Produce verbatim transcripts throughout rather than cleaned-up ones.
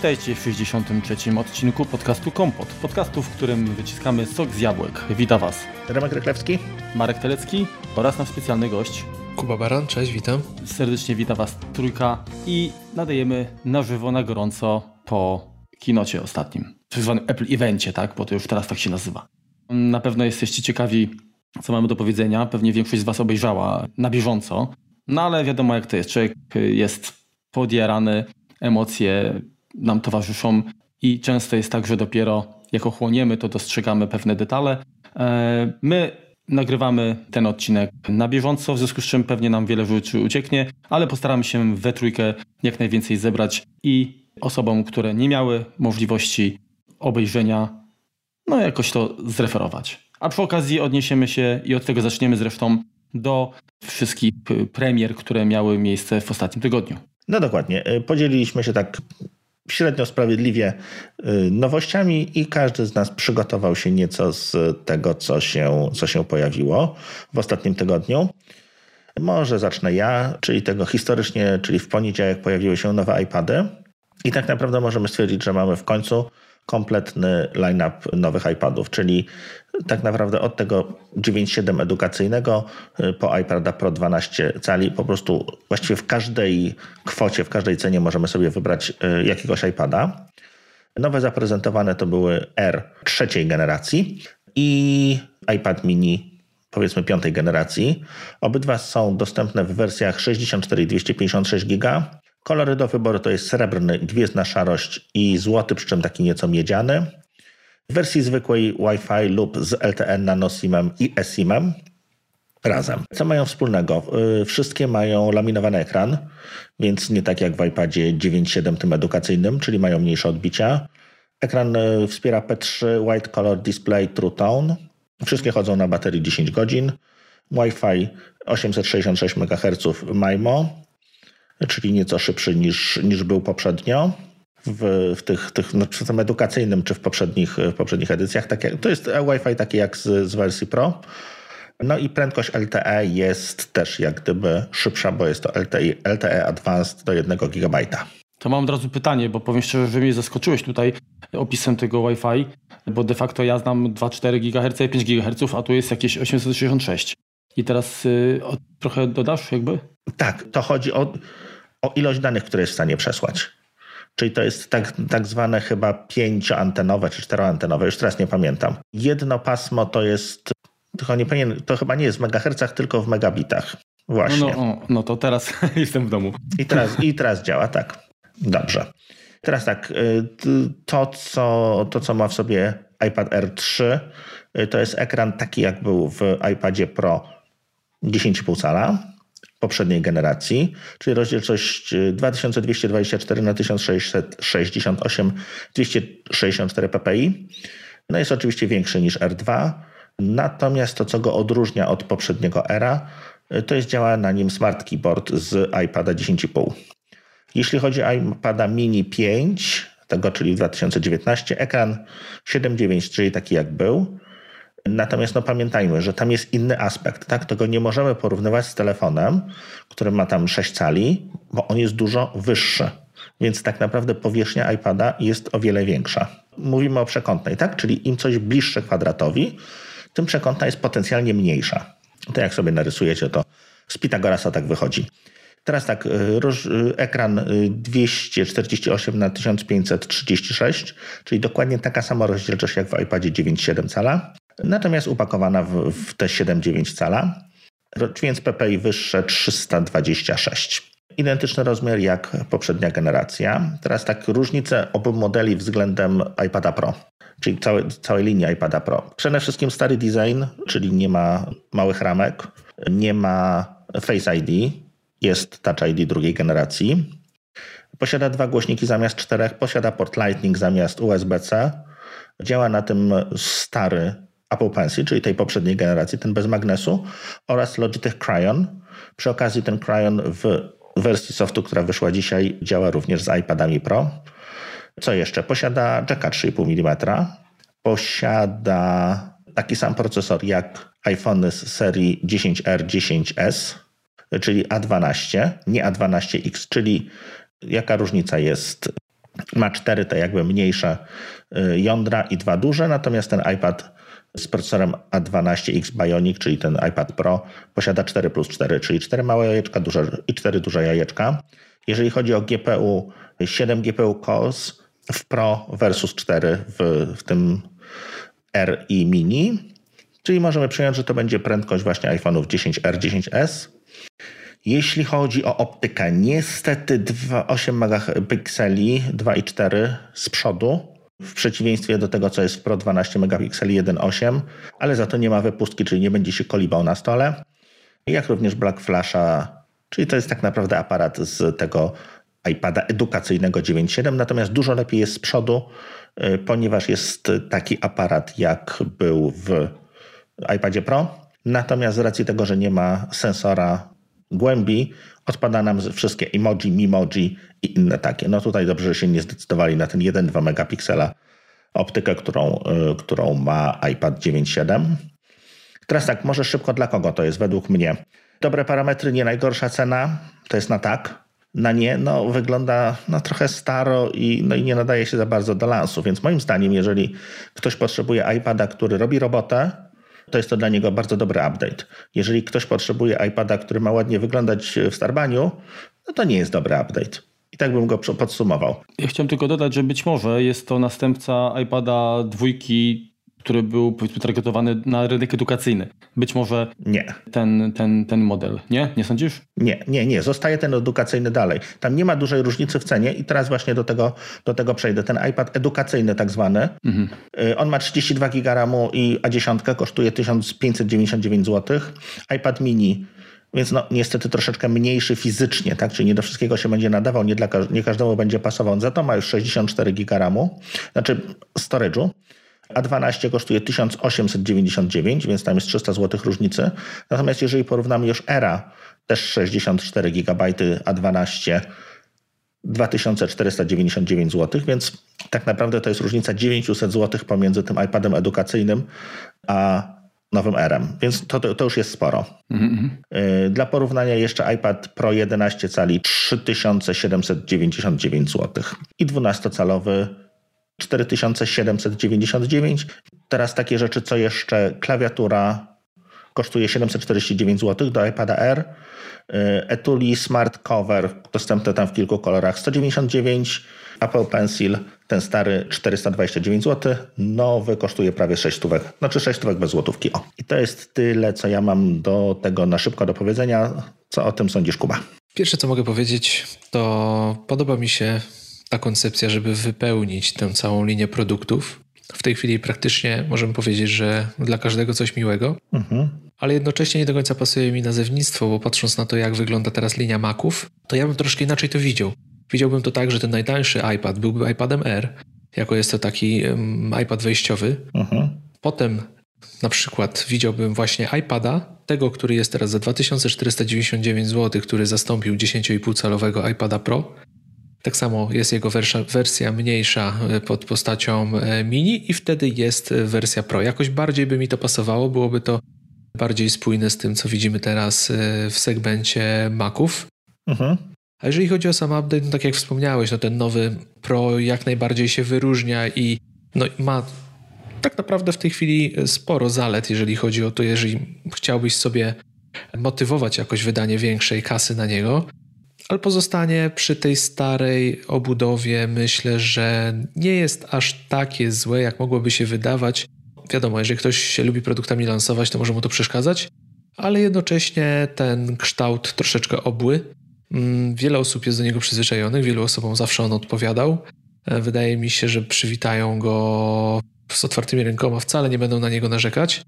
Witajcie w sześćdziesiątym trzecim odcinku podcastu Kompot. Podcastu, w którym wyciskamy sok z jabłek. Wita Was Remek Rychlewski, Marek Telecki oraz nasz specjalny gość Kuba Baran, cześć, witam. Serdecznie wita Was trójka i nadajemy na żywo, na gorąco po keynocie ostatnim. Tak zwanym Apple Evencie, tak? Bo to już teraz tak się nazywa. Na pewno jesteście ciekawi, co mamy do powiedzenia. Pewnie większość z Was obejrzała na bieżąco. No ale wiadomo jak to jest. Człowiek jest podjarany, emocje nam towarzyszą i często jest tak, że dopiero jak ochłoniemy, to dostrzegamy pewne detale. My nagrywamy ten odcinek na bieżąco, w związku z czym pewnie nam wiele rzeczy ucieknie, ale postaramy się we trójkę jak najwięcej zebrać i osobom, które nie miały możliwości obejrzenia, no jakoś to zreferować. A przy okazji odniesiemy się i od tego zaczniemy zresztą do wszystkich premier, które miały miejsce w ostatnim tygodniu. No dokładnie. Podzieliliśmy się tak średnio sprawiedliwie nowościami i każdy z nas przygotował się nieco z tego, co się, co się pojawiło w ostatnim tygodniu. Może zacznę ja, czyli tego historycznie, czyli w poniedziałek pojawiły się nowe iPady i tak naprawdę możemy stwierdzić, że mamy w końcu kompletny line-up nowych iPadów, czyli tak naprawdę od tego dziewięć siedem edukacyjnego po iPada Pro dwanaście cali, po prostu właściwie w każdej kwocie, w każdej cenie możemy sobie wybrać jakiegoś iPada. Nowe zaprezentowane to były R trzeciej generacji i iPad mini powiedzmy piątej generacji. Obydwa są dostępne w wersjach sześćdziesiąt cztery i dwieście pięćdziesiąt sześć giga. Kolory do wyboru to jest srebrny, gwiezdna szarość i złoty, przy czym taki nieco miedziany. W wersji zwykłej Wi-Fi lub z L T E Nano SIM-em i eSIM-em razem. Co mają wspólnego? Wszystkie mają laminowany ekran, więc nie tak jak w iPadzie dziewięć siedem tym edukacyjnym, czyli mają mniejsze odbicia. Ekran wspiera P trzy White Color Display True Tone. Wszystkie chodzą na baterii dziesięć godzin. Wi-Fi osiemset sześćdziesiąt sześć megaherców MIMO, czyli nieco szybszy niż, niż był poprzednio w, w tych, tych no, czy w tym edukacyjnym, czy w poprzednich, w poprzednich edycjach. Tak jak, to jest Wi-Fi taki jak z, z wersji Pro. No i prędkość L T E jest też jak gdyby szybsza, bo jest to L T E, L T E Advanced do jednego gigabajta. To mam od razu pytanie, bo powiem szczerze, że mnie zaskoczyłeś tutaj opisem tego Wi-Fi, bo de facto ja znam dwa przecinek cztery gigaherca i pięć gigaherców, a tu jest jakieś osiemset sześćdziesiąt sześć. I teraz y, o, trochę dodasz jakby? Tak, to chodzi o, o ilość danych, które jest w stanie przesłać. Czyli to jest tak, tak zwane chyba pięcioantenowe czy czteroantenowe, już teraz nie pamiętam. Jedno pasmo to jest, tylko nie powinien, to chyba nie jest w megahercach, tylko w megabitach. Właśnie. No, no, o, no to teraz jestem w domu. I teraz, I teraz działa, tak. Dobrze. Teraz tak, to co, to co ma w sobie iPad R trzy, to jest ekran taki jak był w iPadzie Pro dziesięć i pół cala poprzedniej generacji, czyli rozdzielczość dwa tysiące dwieście dwadzieścia cztery na tysiąc sześćset sześćdziesiąt osiem dwieście sześćdziesiąt cztery ppi. No jest oczywiście większy niż R dwa, natomiast to co go odróżnia od poprzedniego Era, to jest działa na nim Smart Keyboard z iPada dziesięć i pół. Jeśli chodzi o iPada mini pięć, tego czyli dwa tysiące dziewiętnaście, ekran siedem dziewięć, czyli taki jak był. Natomiast no pamiętajmy, że tam jest inny aspekt, tak? Tego nie możemy porównywać z telefonem, który ma tam sześć cali, bo on jest dużo wyższy. Więc tak naprawdę powierzchnia iPada jest o wiele większa. Mówimy o przekątnej, tak? Czyli im coś bliższe kwadratowi, tym przekątna jest potencjalnie mniejsza. To jak sobie narysujecie, to z Pitagorasa tak wychodzi. Teraz tak, ekran dwieście czterdzieści osiem na tysiąc pięćset trzydzieści sześć, czyli dokładnie taka sama rozdzielczość jak w iPadzie dziewięć siedem cala, natomiast upakowana w, w te siedem dziewięć cala, więc ppi wyższe trzysta dwadzieścia sześć. Identyczny rozmiar jak poprzednia generacja. Teraz tak, różnice obu modeli względem iPada Pro, czyli całej, całej linii iPada Pro. Przede wszystkim stary design, czyli nie ma małych ramek, nie ma Face I D, jest Touch I D drugiej generacji. Posiada dwa głośniki zamiast czterech, posiada port Lightning zamiast U S B C. Działa na tym stary Apple Pencil, czyli tej poprzedniej generacji, ten bez magnesu, oraz Logitech Cryon. Przy okazji ten Cryon w wersji softu, która wyszła dzisiaj, działa również z iPadami Pro. Co jeszcze? Posiada jacka trzy i pół milimetra. Posiada taki sam procesor jak iPhony z serii dziesięć R, dziesięć S, czyli A dwanaście, nie A dwanaście X, czyli jaka różnica jest ma cztery te jakby mniejsze jądra i dwa duże, natomiast ten iPad z procesorem A dwanaście X Bionic, czyli ten iPad Pro, posiada cztery plus cztery, czyli cztery małe jajeczka duże, i cztery duże jajeczka. Jeżeli chodzi o G P U, siedem G P U cores w Pro versus cztery w, w tym R i Mini, czyli możemy przyjąć, że to będzie prędkość właśnie iPhone'ów dziesięć R, dziesięć S. Jeśli chodzi o optykę, niestety osiem megapikseli, dwa i cztery z przodu, w przeciwieństwie do tego, co jest w Pro dwanaście megapikseli, jeden i osiem, ale za to nie ma wypustki, czyli nie będzie się kolibał na stole. Jak również Black Flasha, czyli to jest tak naprawdę aparat z tego iPada edukacyjnego dziewięć siedem, natomiast dużo lepiej jest z przodu, ponieważ jest taki aparat, jak był w iPadzie Pro. Natomiast z racji tego, że nie ma sensora głębi, odpada nam wszystkie emoji, mimoji i inne takie. No tutaj dobrze, że się nie zdecydowali na ten jeden do dwóch megapiksela optykę, którą, którą ma iPad dziewięć siedem. Teraz tak, może szybko dla kogo to jest według mnie. Dobre parametry, nie najgorsza cena, to jest na tak. Na nie, no wygląda no, trochę staro i, no, i nie nadaje się za bardzo do lansu, więc moim zdaniem, jeżeli ktoś potrzebuje iPada, który robi robotę, to jest to dla niego bardzo dobry update. Jeżeli ktoś potrzebuje iPada, który ma ładnie wyglądać w starbaniu, no to nie jest dobry update. I tak bym go podsumował. Ja chciałem tylko dodać, że być może jest to następca iPada dwójki, który był powiedzmy targetowany na rynek edukacyjny. Być może nie. Ten, ten, ten model. Nie? Nie sądzisz? Nie, nie, nie. Zostaje ten edukacyjny dalej. Tam nie ma dużej różnicy w cenie i teraz właśnie do tego, do tego przejdę. Ten iPad edukacyjny tak zwany, mhm. on ma trzydzieści dwa giga ramu i A dziesięć kosztuje tysiąc pięćset dziewięćdziesiąt dziewięć złotych. iPad mini, więc no niestety troszeczkę mniejszy fizycznie, tak? Czyli nie do wszystkiego się będzie nadawał, nie, dla, nie każdemu będzie pasował. Za to ma już sześćdziesiąt cztery giga ramu, znaczy storage'u. A dwanaście kosztuje tysiąc osiemset dziewięćdziesiąt dziewięć, więc tam jest trzysta złotych różnicy. Natomiast jeżeli porównamy już Era, też sześćdziesiąt cztery gigabajty, A dwanaście dwa tysiące czterysta dziewięćdziesiąt dziewięć złotych, więc tak naprawdę to jest różnica dziewięćset złotych pomiędzy tym iPadem edukacyjnym a nowym Erem, więc to, to, to już jest sporo. Mm-hmm. Dla porównania jeszcze iPad Pro jedenaście cali trzy tysiące siedemset dziewięćdziesiąt dziewięć złotych i dwunastocalowy cztery tysiące siedemset dziewięćdziesiąt dziewięć. Teraz takie rzeczy, co jeszcze klawiatura kosztuje siedemset czterdzieści dziewięć złotych do iPada Air. Etui Smart Cover dostępne tam w kilku kolorach sto dziewięćdziesiąt dziewięć. Apple Pencil, ten stary czterysta dwadzieścia dziewięć złotych. Nowy kosztuje prawie sześć stówek. Znaczy sześć stówek bez złotówki. O. I to jest tyle, co ja mam do tego na szybko do powiedzenia. Co o tym sądzisz, Kuba? Pierwsze, co mogę powiedzieć, to podoba mi się ta koncepcja, żeby wypełnić tę całą linię produktów. W tej chwili praktycznie możemy powiedzieć, że dla każdego coś miłego, mhm. ale jednocześnie nie do końca pasuje mi nazewnictwo, bo patrząc na to, jak wygląda teraz linia Maców, to ja bym troszkę inaczej to widział. Widziałbym to tak, że ten najtańszy iPad byłby iPadem Air, jako jest to taki um, iPad wejściowy. Mhm. Potem na przykład widziałbym właśnie iPada, tego, który jest teraz za dwa tysiące czterysta dziewięćdziesiąt dziewięć złotych, który zastąpił dziesięć i pół calowego iPada Pro. Tak samo jest jego wersja, wersja mniejsza pod postacią mini i wtedy jest wersja Pro. Jakoś bardziej by mi to pasowało, byłoby to bardziej spójne z tym, co widzimy teraz w segmencie Maców. Mhm. A jeżeli chodzi o sam update, no tak jak wspomniałeś, no ten nowy Pro jak najbardziej się wyróżnia i no ma tak naprawdę w tej chwili sporo zalet, jeżeli chodzi o to, jeżeli chciałbyś sobie motywować jakoś wydanie większej kasy na niego, ale pozostanie przy tej starej obudowie, myślę, że nie jest aż takie złe, jak mogłoby się wydawać. Wiadomo, jeżeli ktoś się lubi produktami lansować, to może mu to przeszkadzać, ale jednocześnie ten kształt troszeczkę obły. Wiele osób jest do niego przyzwyczajonych, wielu osobom zawsze on odpowiadał. Wydaje mi się, że przywitają go z otwartymi rękoma, wcale nie będą na niego narzekać.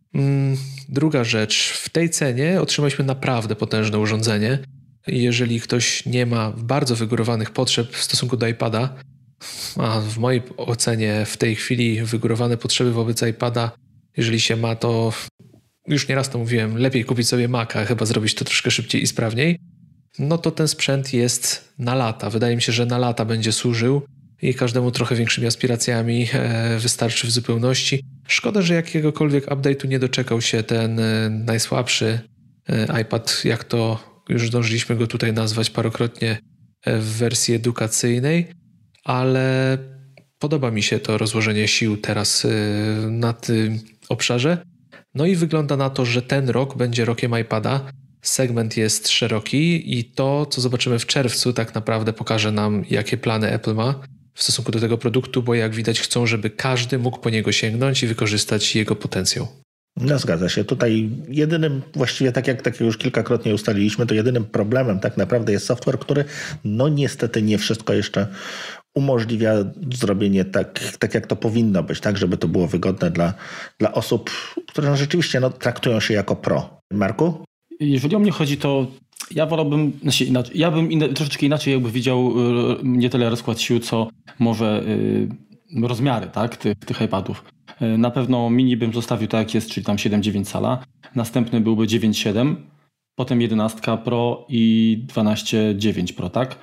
Druga rzecz, w tej cenie otrzymaliśmy naprawdę potężne urządzenie. Jeżeli ktoś nie ma bardzo wygórowanych potrzeb w stosunku do iPada, a w mojej ocenie w tej chwili wygórowane potrzeby wobec iPada, jeżeli się ma, to już nieraz to mówiłem, lepiej kupić sobie Maca, chyba zrobić to troszkę szybciej i sprawniej, no to ten sprzęt jest na lata. Wydaje mi się, że na lata będzie służył i każdemu trochę większymi aspiracjami wystarczy w zupełności. Szkoda, że jakiegokolwiek update'u nie doczekał się ten najsłabszy iPad, jak to już zdążyliśmy go tutaj nazwać parokrotnie w wersji edukacyjnej. ale podoba mi się to rozłożenie sił teraz na tym obszarze. No i wygląda na to, że ten rok będzie rokiem iPada. Segment jest szeroki i to, co zobaczymy w czerwcu, tak naprawdę pokaże nam, jakie plany Apple ma w stosunku do tego produktu, bo jak widać chcą, żeby każdy mógł po niego sięgnąć i wykorzystać jego potencjał. No zgadza się. Tutaj jedynym, właściwie tak jak, tak jak już kilkakrotnie ustaliliśmy, to jedynym problemem tak naprawdę jest software, który no niestety nie wszystko jeszcze umożliwia zrobienie tak, tak jak to powinno być, tak żeby to było wygodne dla, dla osób, które rzeczywiście no, traktują się jako pro. Marku? Jeżeli o mnie chodzi, to ja wolałbym, znaczy inaczej, ja bym inna, troszeczkę inaczej jakby widział y, nie tyle rozkład sił, co może y, rozmiary, tak, tych, tych iPadów. Y, na pewno mini bym zostawił tak jak jest, czyli tam siedem dziewięć cala. Następny byłby dziewięć siedem, potem jedenaście Pro i dwanaście dziewięć Pro, tak.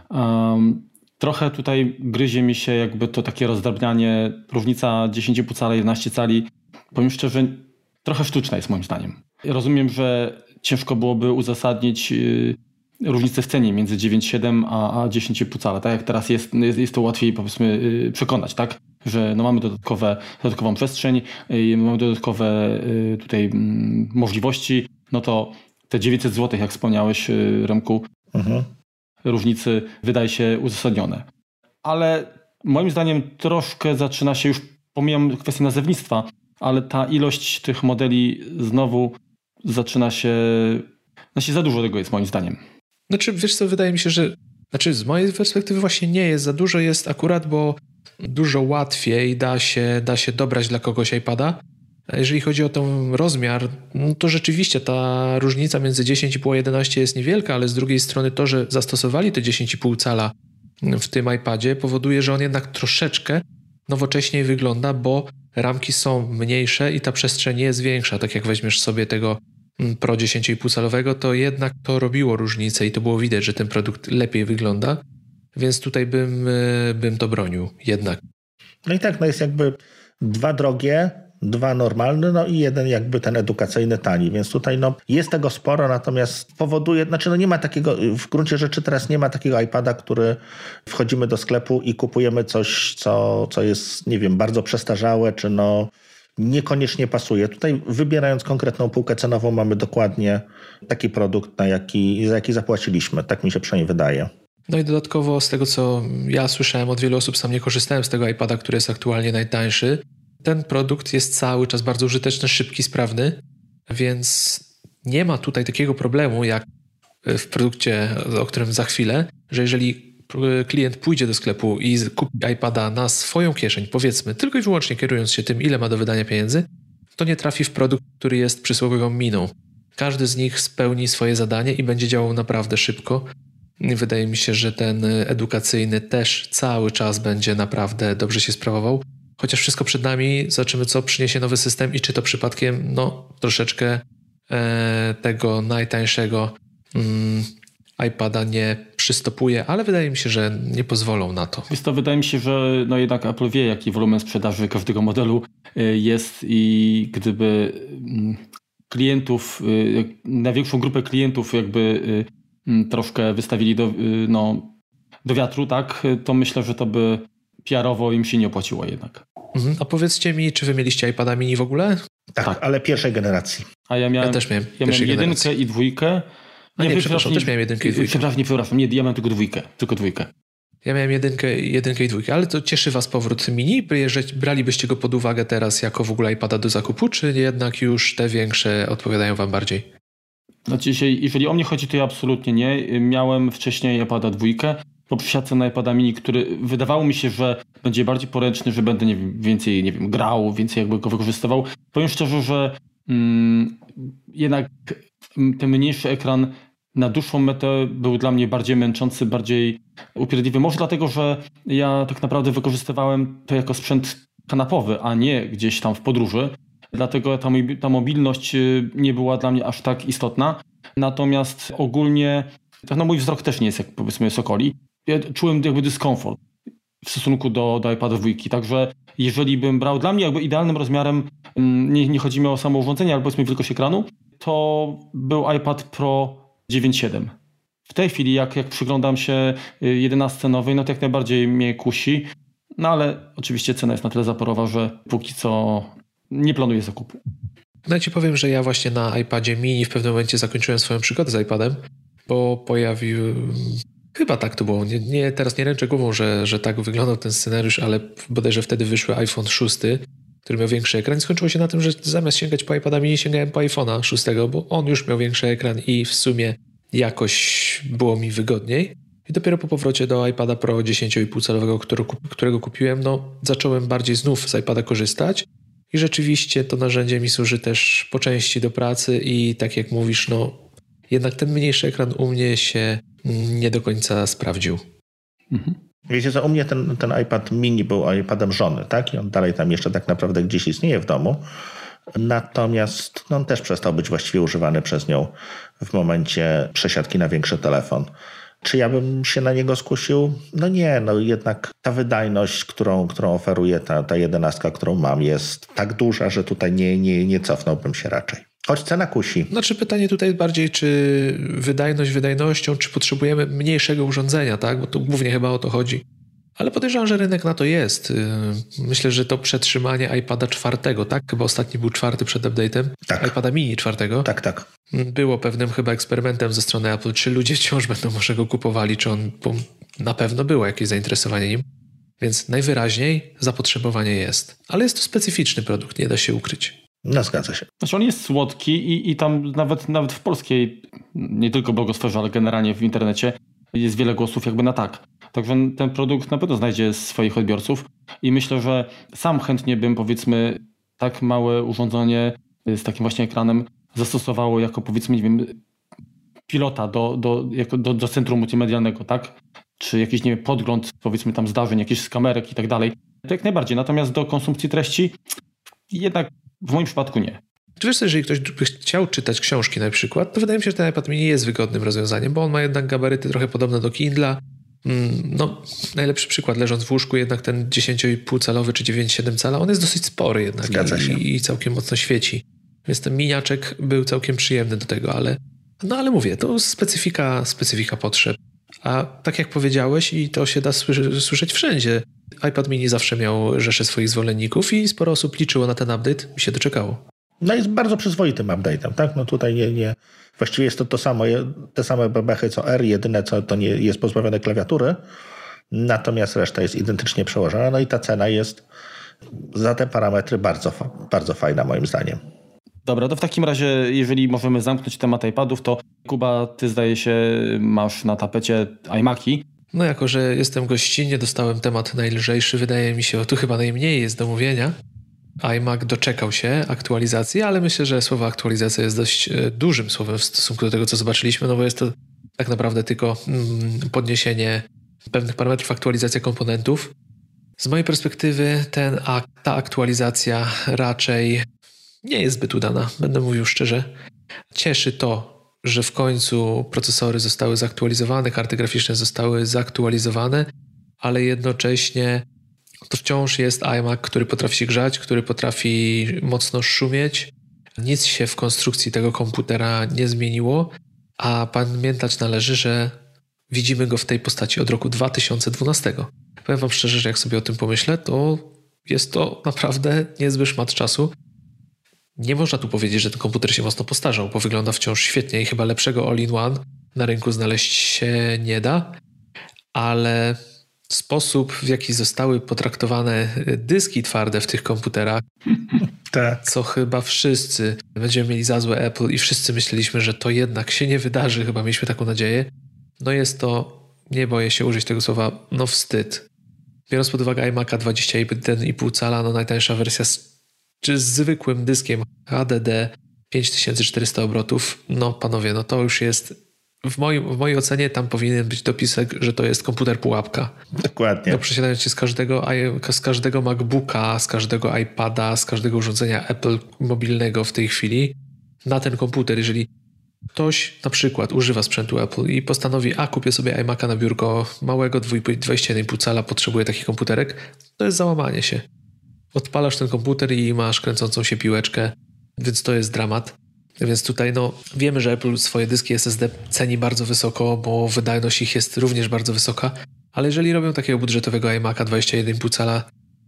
Um, trochę tutaj gryzie mi się jakby to takie rozdrabnianie, różnica dziesięć i pół cala, jedenaście cali, powiem szczerze, trochę sztuczna jest moim zdaniem. Rozumiem, że ciężko byłoby uzasadnić yy, różnicę w cenie między dziewięć siedem a, a dziesięć i pół cala. Tak jak teraz jest, jest, jest to łatwiej powiedzmy yy, przekonać, tak? Że no mamy dodatkowe, dodatkową przestrzeń, yy, mamy dodatkowe yy, tutaj yy, możliwości, no to te dziewięćset złotych, jak wspomniałeś, yy, Remku, mhm. różnicy wydaje się uzasadnione. Ale moim zdaniem troszkę zaczyna się, już pomijam kwestię nazewnictwa, ale ta ilość tych modeli znowu zaczyna się... Znaczy za dużo tego jest moim zdaniem. Znaczy, wiesz co, wydaje mi się, że... Znaczy z mojej perspektywy właśnie nie jest za dużo, jest akurat, bo dużo łatwiej da się, da się dobrać dla kogoś iPada. A jeżeli chodzi o ten rozmiar, no to rzeczywiście ta różnica między dziesięć i pół a jedenaście jest niewielka, ale z drugiej strony to, że zastosowali te dziesięć i pół cala w tym iPadzie powoduje, że on jednak troszeczkę nowocześniej wygląda, bo ramki są mniejsze i ta przestrzeń jest większa. Tak jak weźmiesz sobie tego Pro dziesięć i pół calowego, to jednak to robiło różnicę i to było widać, że ten produkt lepiej wygląda, więc tutaj bym, bym to bronił jednak. No i tak, no jest jakby dwa drogie, dwa normalne, no i jeden jakby ten edukacyjny tani, więc tutaj no jest tego sporo, natomiast powoduje, znaczy no nie ma takiego, w gruncie rzeczy teraz nie ma takiego iPada, który wchodzimy do sklepu i kupujemy coś, co, co jest, nie wiem, bardzo przestarzałe, czy no niekoniecznie pasuje. Tutaj wybierając konkretną półkę cenową mamy dokładnie taki produkt, na jaki, za jaki zapłaciliśmy. Tak mi się przynajmniej wydaje. No i dodatkowo z tego, co ja słyszałem od wielu osób, sam nie korzystałem z tego iPada, który jest aktualnie najtańszy. Ten produkt jest cały czas bardzo użyteczny, szybki, sprawny, więc nie ma tutaj takiego problemu jak w produkcie, o którym za chwilę, że jeżeli klient pójdzie do sklepu i kupi iPada na swoją kieszeń, powiedzmy, tylko i wyłącznie kierując się tym, ile ma do wydania pieniędzy, to nie trafi w produkt, który jest przysłowiową miną. Każdy z nich spełni swoje zadanie i będzie działał naprawdę szybko. I wydaje mi się, że ten edukacyjny też cały czas będzie naprawdę dobrze się sprawował. Chociaż wszystko przed nami, zobaczymy, co przyniesie nowy system i czy to przypadkiem no, troszeczkę e, tego najtańszego mm, iPada nie przystopuje, ale wydaje mi się, że nie pozwolą na to. Jest to, wydaje mi się, że no jednak Apple wie, jaki wolumen sprzedaży każdego modelu jest i gdyby klientów, największą grupę klientów jakby troszkę wystawili do, no, do wiatru, tak, to myślę, że to by P R-owo im się nie opłaciło jednak. Mhm. A powiedzcie mi, czy wy mieliście iPada mini w ogóle? Tak, tak. Ale pierwszej generacji. A ja miałem, ja też miałem, ja miałem jedynkę generacji. I dwójkę. A nie, nie przepraszam, też miałem jedynkę i dwójkę. Przepraszam, nie przepraszam, nie, ja miałem tylko dwójkę, tylko dwójkę. Ja miałem jedynkę, jedynkę i dwójkę, ale to cieszy was powrót mini? Bralibyście go pod uwagę teraz jako w ogóle iPada do zakupu, czy jednak już te większe odpowiadają wam bardziej? Znaczy, jeżeli o mnie chodzi, to ja absolutnie nie. Miałem wcześniej iPada dwójkę, po przesiadce na iPada mini, który wydawało mi się, że będzie bardziej poręczny, że będę nie wiem, więcej nie wiem, grał, więcej jakby go wykorzystywał. Powiem szczerze, że mm, jednak ten mniejszy ekran na dłuższą metę był dla mnie bardziej męczący, bardziej upierdliwy. Może dlatego, że ja tak naprawdę wykorzystywałem to jako sprzęt kanapowy, a nie gdzieś tam w podróży. Dlatego ta, ta mobilność nie była dla mnie aż tak istotna. Natomiast ogólnie no mój wzrok też nie jest jak powiedzmy Sokoli. Ja czułem jakby dyskomfort w stosunku do, do iPada dwójki. Także jeżeli bym brał, dla mnie jakby idealnym rozmiarem, nie, nie chodzi mi o samo urządzenie, ale powiedzmy wielkość ekranu, to był iPad Pro dziewięć siedem. w tej chwili, jak, jak przyglądam się jedenastce nowej, no to jak najbardziej mnie kusi. No ale oczywiście cena jest na tyle zaporowa, że póki co nie planuję zakupu. No ja ci powiem, że ja właśnie na iPadzie mini w pewnym momencie zakończyłem swoją przygodę z iPadem, bo pojawił... Chyba tak to było. Nie, nie, teraz nie ręczę głową, że, że tak wyglądał ten scenariusz, ale bodajże wtedy wyszły iPhone sześć, który miał większy ekran i skończyło się na tym, że zamiast sięgać po iPada mini sięgałem po iPhone'a szóstego, bo on już miał większy ekran i w sumie jakoś było mi wygodniej. I dopiero po powrocie do iPada Pro dziesięć i pół calowego, którego kupiłem, no zacząłem bardziej znów z iPada korzystać i rzeczywiście to narzędzie mi służy też po części do pracy i tak jak mówisz, no jednak ten mniejszy ekran u mnie się nie do końca sprawdził. Mhm. Wiecie co, u mnie ten, ten iPad mini był iPadem żony, tak? I on dalej tam jeszcze tak naprawdę gdzieś istnieje w domu. Natomiast no, on też przestał być właściwie używany przez nią w momencie przesiadki na większy telefon. Czy ja bym się na niego skusił? No nie, no jednak ta wydajność, którą, którą oferuje ta, ta jedenastka, którą mam, jest tak duża, że tutaj nie, nie, nie cofnąłbym się raczej. Choć cena kusi. Znaczy pytanie tutaj bardziej, czy wydajność wydajnością, czy potrzebujemy mniejszego urządzenia, tak? Bo tu głównie chyba o to chodzi. Ale podejrzewam, że rynek na to jest. Myślę, że to przetrzymanie iPada czwartego, tak? Chyba ostatni był czwarty przed update'em. Tak. iPada mini czwartego. Tak, tak. Było pewnym chyba eksperymentem ze strony Apple, czy ludzie wciąż będą może go kupowali, czy on, bo na pewno było jakieś zainteresowanie nim. Więc najwyraźniej zapotrzebowanie jest. Ale jest to specyficzny produkt, nie da się ukryć. No zgadza się. Znaczy on jest słodki i, i tam nawet, nawet w polskiej, nie tylko blogosferze, ale generalnie w internecie jest wiele głosów jakby na tak. Także ten produkt na pewno znajdzie swoich odbiorców i myślę, że sam chętnie bym powiedzmy tak małe urządzenie z takim właśnie ekranem zastosowało jako powiedzmy, nie wiem, pilota do, do, jako do, do centrum multimedialnego, tak? Czy jakiś, nie wiem, podgląd powiedzmy tam zdarzeń, jakichś z kamerek i tak dalej. To jak najbardziej. Natomiast do konsumpcji treści jednak w moim przypadku nie. Czy wiesz, że jeżeli ktoś by chciał czytać książki na przykład, to wydaje mi się, że ten iPad mini jest wygodnym rozwiązaniem, bo on ma jednak gabaryty trochę podobne do Kindla. No, najlepszy przykład, leżąc w łóżku, jednak ten dziesięć i pół calowy czy dziewięć przecinek siedem cala, on jest dosyć spory jednak i, i całkiem mocno świeci. Więc ten miniaczek był całkiem przyjemny do tego, ale no ale mówię, to specyfika, specyfika potrzeb. A tak jak powiedziałeś i to się da słyszeć wszędzie, iPad mini zawsze miał rzeszę swoich zwolenników i sporo osób liczyło na ten update i się doczekało. No jest bardzo przyzwoitym update'em, tak? No tutaj nie, nie, właściwie jest to to samo, te same bebechy co R, jedyne co to nie jest pozbawione klawiatury, natomiast reszta jest identycznie przełożona, no i ta cena jest za te parametry bardzo, bardzo fajna moim zdaniem. Dobra, to w takim razie, jeżeli możemy zamknąć temat iPadów, to Kuba, ty zdaje się masz na tapecie iMaki. No jako, że jestem gościnnie, dostałem temat najlżejszy, wydaje mi się, o tu chyba najmniej jest do mówienia. iMac doczekał się aktualizacji, ale myślę, że słowo aktualizacja jest dość dużym słowem w stosunku do tego, co zobaczyliśmy, no bo jest to tak naprawdę tylko podniesienie pewnych parametrów, aktualizacja komponentów. Z mojej perspektywy ten, ta aktualizacja raczej nie jest zbyt udana, będę mówił szczerze. Cieszy to, że w końcu procesory zostały zaktualizowane, karty graficzne zostały zaktualizowane, ale jednocześnie to wciąż jest iMac, który potrafi się grzać, który potrafi mocno szumieć. Nic się w konstrukcji tego komputera nie zmieniło, a pamiętać należy, że widzimy go w tej postaci od roku dwa tysiące dwunastego. Powiem wam szczerze, że jak sobie o tym pomyślę, to jest to naprawdę niezły szmat czasu. Nie można tu powiedzieć, że ten komputer się mocno postarzał, bo wygląda wciąż świetnie i chyba lepszego all-in-one na rynku znaleźć się nie da, ale sposób, w jaki zostały potraktowane dyski twarde w tych komputerach, tak. Co chyba wszyscy będziemy mieli za złe Apple i wszyscy myśleliśmy, że to jednak się nie wydarzy, chyba mieliśmy taką nadzieję, no jest to, nie boję się użyć tego słowa, no wstyd. Biorąc pod uwagę iMac'a dwadzieścia jeden i pół cala, no najtańsza wersja z, czy z zwykłym dyskiem H D D pięć tysięcy czterysta obrotów, no panowie, no to już jest w, moim, w mojej ocenie tam powinien być dopisek, że to jest komputer pułapka. Dokładnie. No przesiadając się z każdego, z każdego MacBooka, z każdego iPada, z każdego urządzenia Apple mobilnego w tej chwili na ten komputer, jeżeli ktoś na przykład używa sprzętu Apple i postanowi, a kupię sobie iMac'a na biurko małego dwadzieścia jeden i pół cala, potrzebuję taki komputerek, to jest załamanie się. Odpalasz ten komputer i masz kręcącą się piłeczkę, więc to jest dramat. Więc tutaj no, wiemy, że Apple swoje dyski S S D ceni bardzo wysoko, bo wydajność ich jest również bardzo wysoka, ale jeżeli robią takiego budżetowego iMac'a dwadzieścia jeden i pół cala,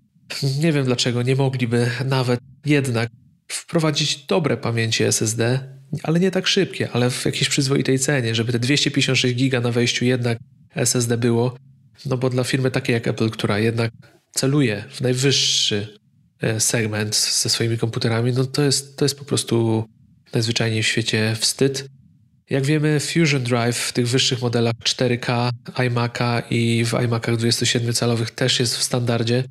nie wiem dlaczego nie mogliby nawet jednak wprowadzić dobre pamięci S S D, ale nie tak szybkie, ale w jakiejś przyzwoitej cenie, żeby te dwieście pięćdziesiąt sześć giga na wejściu jednak S S D było, no bo dla firmy takiej jak Apple, która jednak celuje w najwyższy segment ze swoimi komputerami, no to jest, to jest po prostu najzwyczajniej w świecie wstyd. Jak wiemy, Fusion Drive w tych wyższych modelach cztery K iMac'a i w iMac'ach dwudziestosiedmiocalowych też jest w standardzie.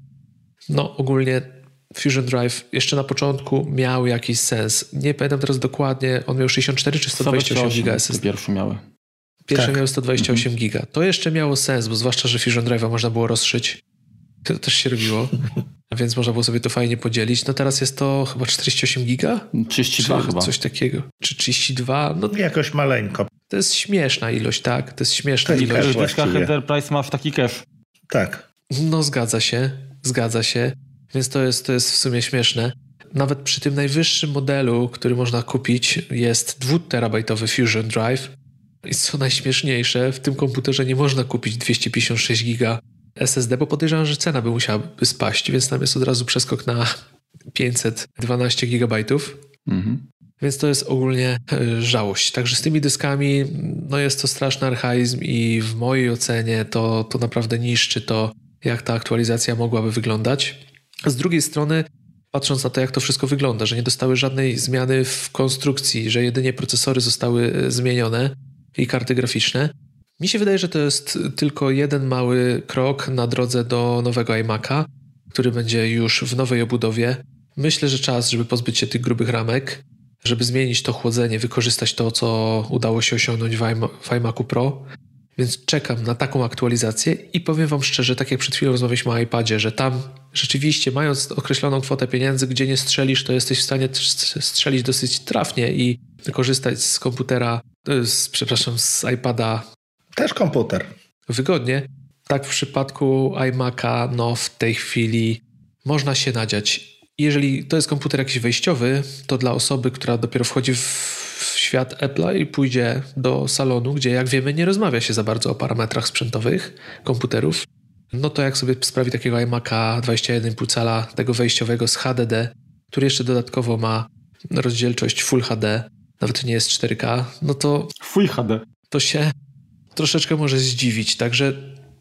No ogólnie Fusion Drive jeszcze na początku miał jakiś sens. Nie pamiętam teraz dokładnie, on miał sześćdziesiąt cztery czy sto dwadzieścia osiem giga S S D. Pierwsze miały. Pierwsze tak. miały sto dwadzieścia osiem giga. To jeszcze miało sens, bo zwłaszcza, że Fusion Drive'a można było rozszyć. To też się robiło, a więc można było sobie to fajnie podzielić. No teraz jest to chyba czterdzieści osiem giga? trzydzieści dwa czy chyba. Coś takiego. Czy trzydzieści dwa? No jakoś maleńko. to jest śmieszna ilość, tak? To jest śmieszna To ilość. cache W dyskach właściwie. Enterprise masz taki cache. Tak. No zgadza się, zgadza się. Więc to jest, to jest w sumie śmieszne. Nawet przy tym najwyższym modelu, który można kupić, jest dwuterabajtowy Fusion Drive. I co najśmieszniejsze, w tym komputerze nie można kupić dwieście pięćdziesiąt sześć giga S S D, bo podejrzewam, że cena by musiała spaść, więc tam jest od razu przeskok na pięćset dwanaście gigabajtów. Mhm. Więc to jest ogólnie y, żałość. Także z tymi dyskami no jest to straszny archaizm i w mojej ocenie to, to naprawdę niszczy to, jak ta aktualizacja mogłaby wyglądać. Z drugiej strony, patrząc na to, jak to wszystko wygląda, że nie dostały żadnej zmiany w konstrukcji, że jedynie procesory zostały zmienione i karty graficzne, mi się wydaje, że to jest tylko jeden mały krok na drodze do nowego iMac'a, który będzie już w nowej obudowie. Myślę, że czas, żeby pozbyć się tych grubych ramek, żeby zmienić to chłodzenie, wykorzystać to, co udało się osiągnąć w, iMa- w iMacu Pro. Więc czekam na taką aktualizację i powiem wam szczerze, tak jak przed chwilą rozmawialiśmy o iPadzie, że tam rzeczywiście, mając określoną kwotę pieniędzy, gdzie nie strzelisz, to jesteś w stanie strzelić dosyć trafnie i wykorzystać z komputera, z, przepraszam, z iPada Też komputer. wygodnie. Tak w przypadku iMac'a, no w tej chwili można się nadziać. Jeżeli to jest komputer jakiś wejściowy, to dla osoby, która dopiero wchodzi w, w świat Apple'a i pójdzie do salonu, gdzie jak wiemy nie rozmawia się za bardzo o parametrach sprzętowych komputerów, no to jak sobie sprawi takiego iMac'a dwadzieścia jeden i pół cala, tego wejściowego z H D D, który jeszcze dodatkowo ma rozdzielczość Full H D, nawet nie jest cztery K, no to Full H D. to się troszeczkę może zdziwić. Także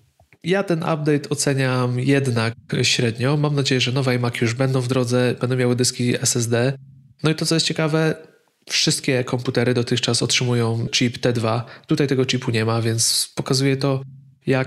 ja ten update oceniam jednak średnio. Mam nadzieję, że nowe iMac już będą w drodze, będą miały dyski S S D. No i to, co jest ciekawe, wszystkie komputery dotychczas otrzymują chip T dwa. Tutaj tego chipu nie ma, więc pokazuje to, jak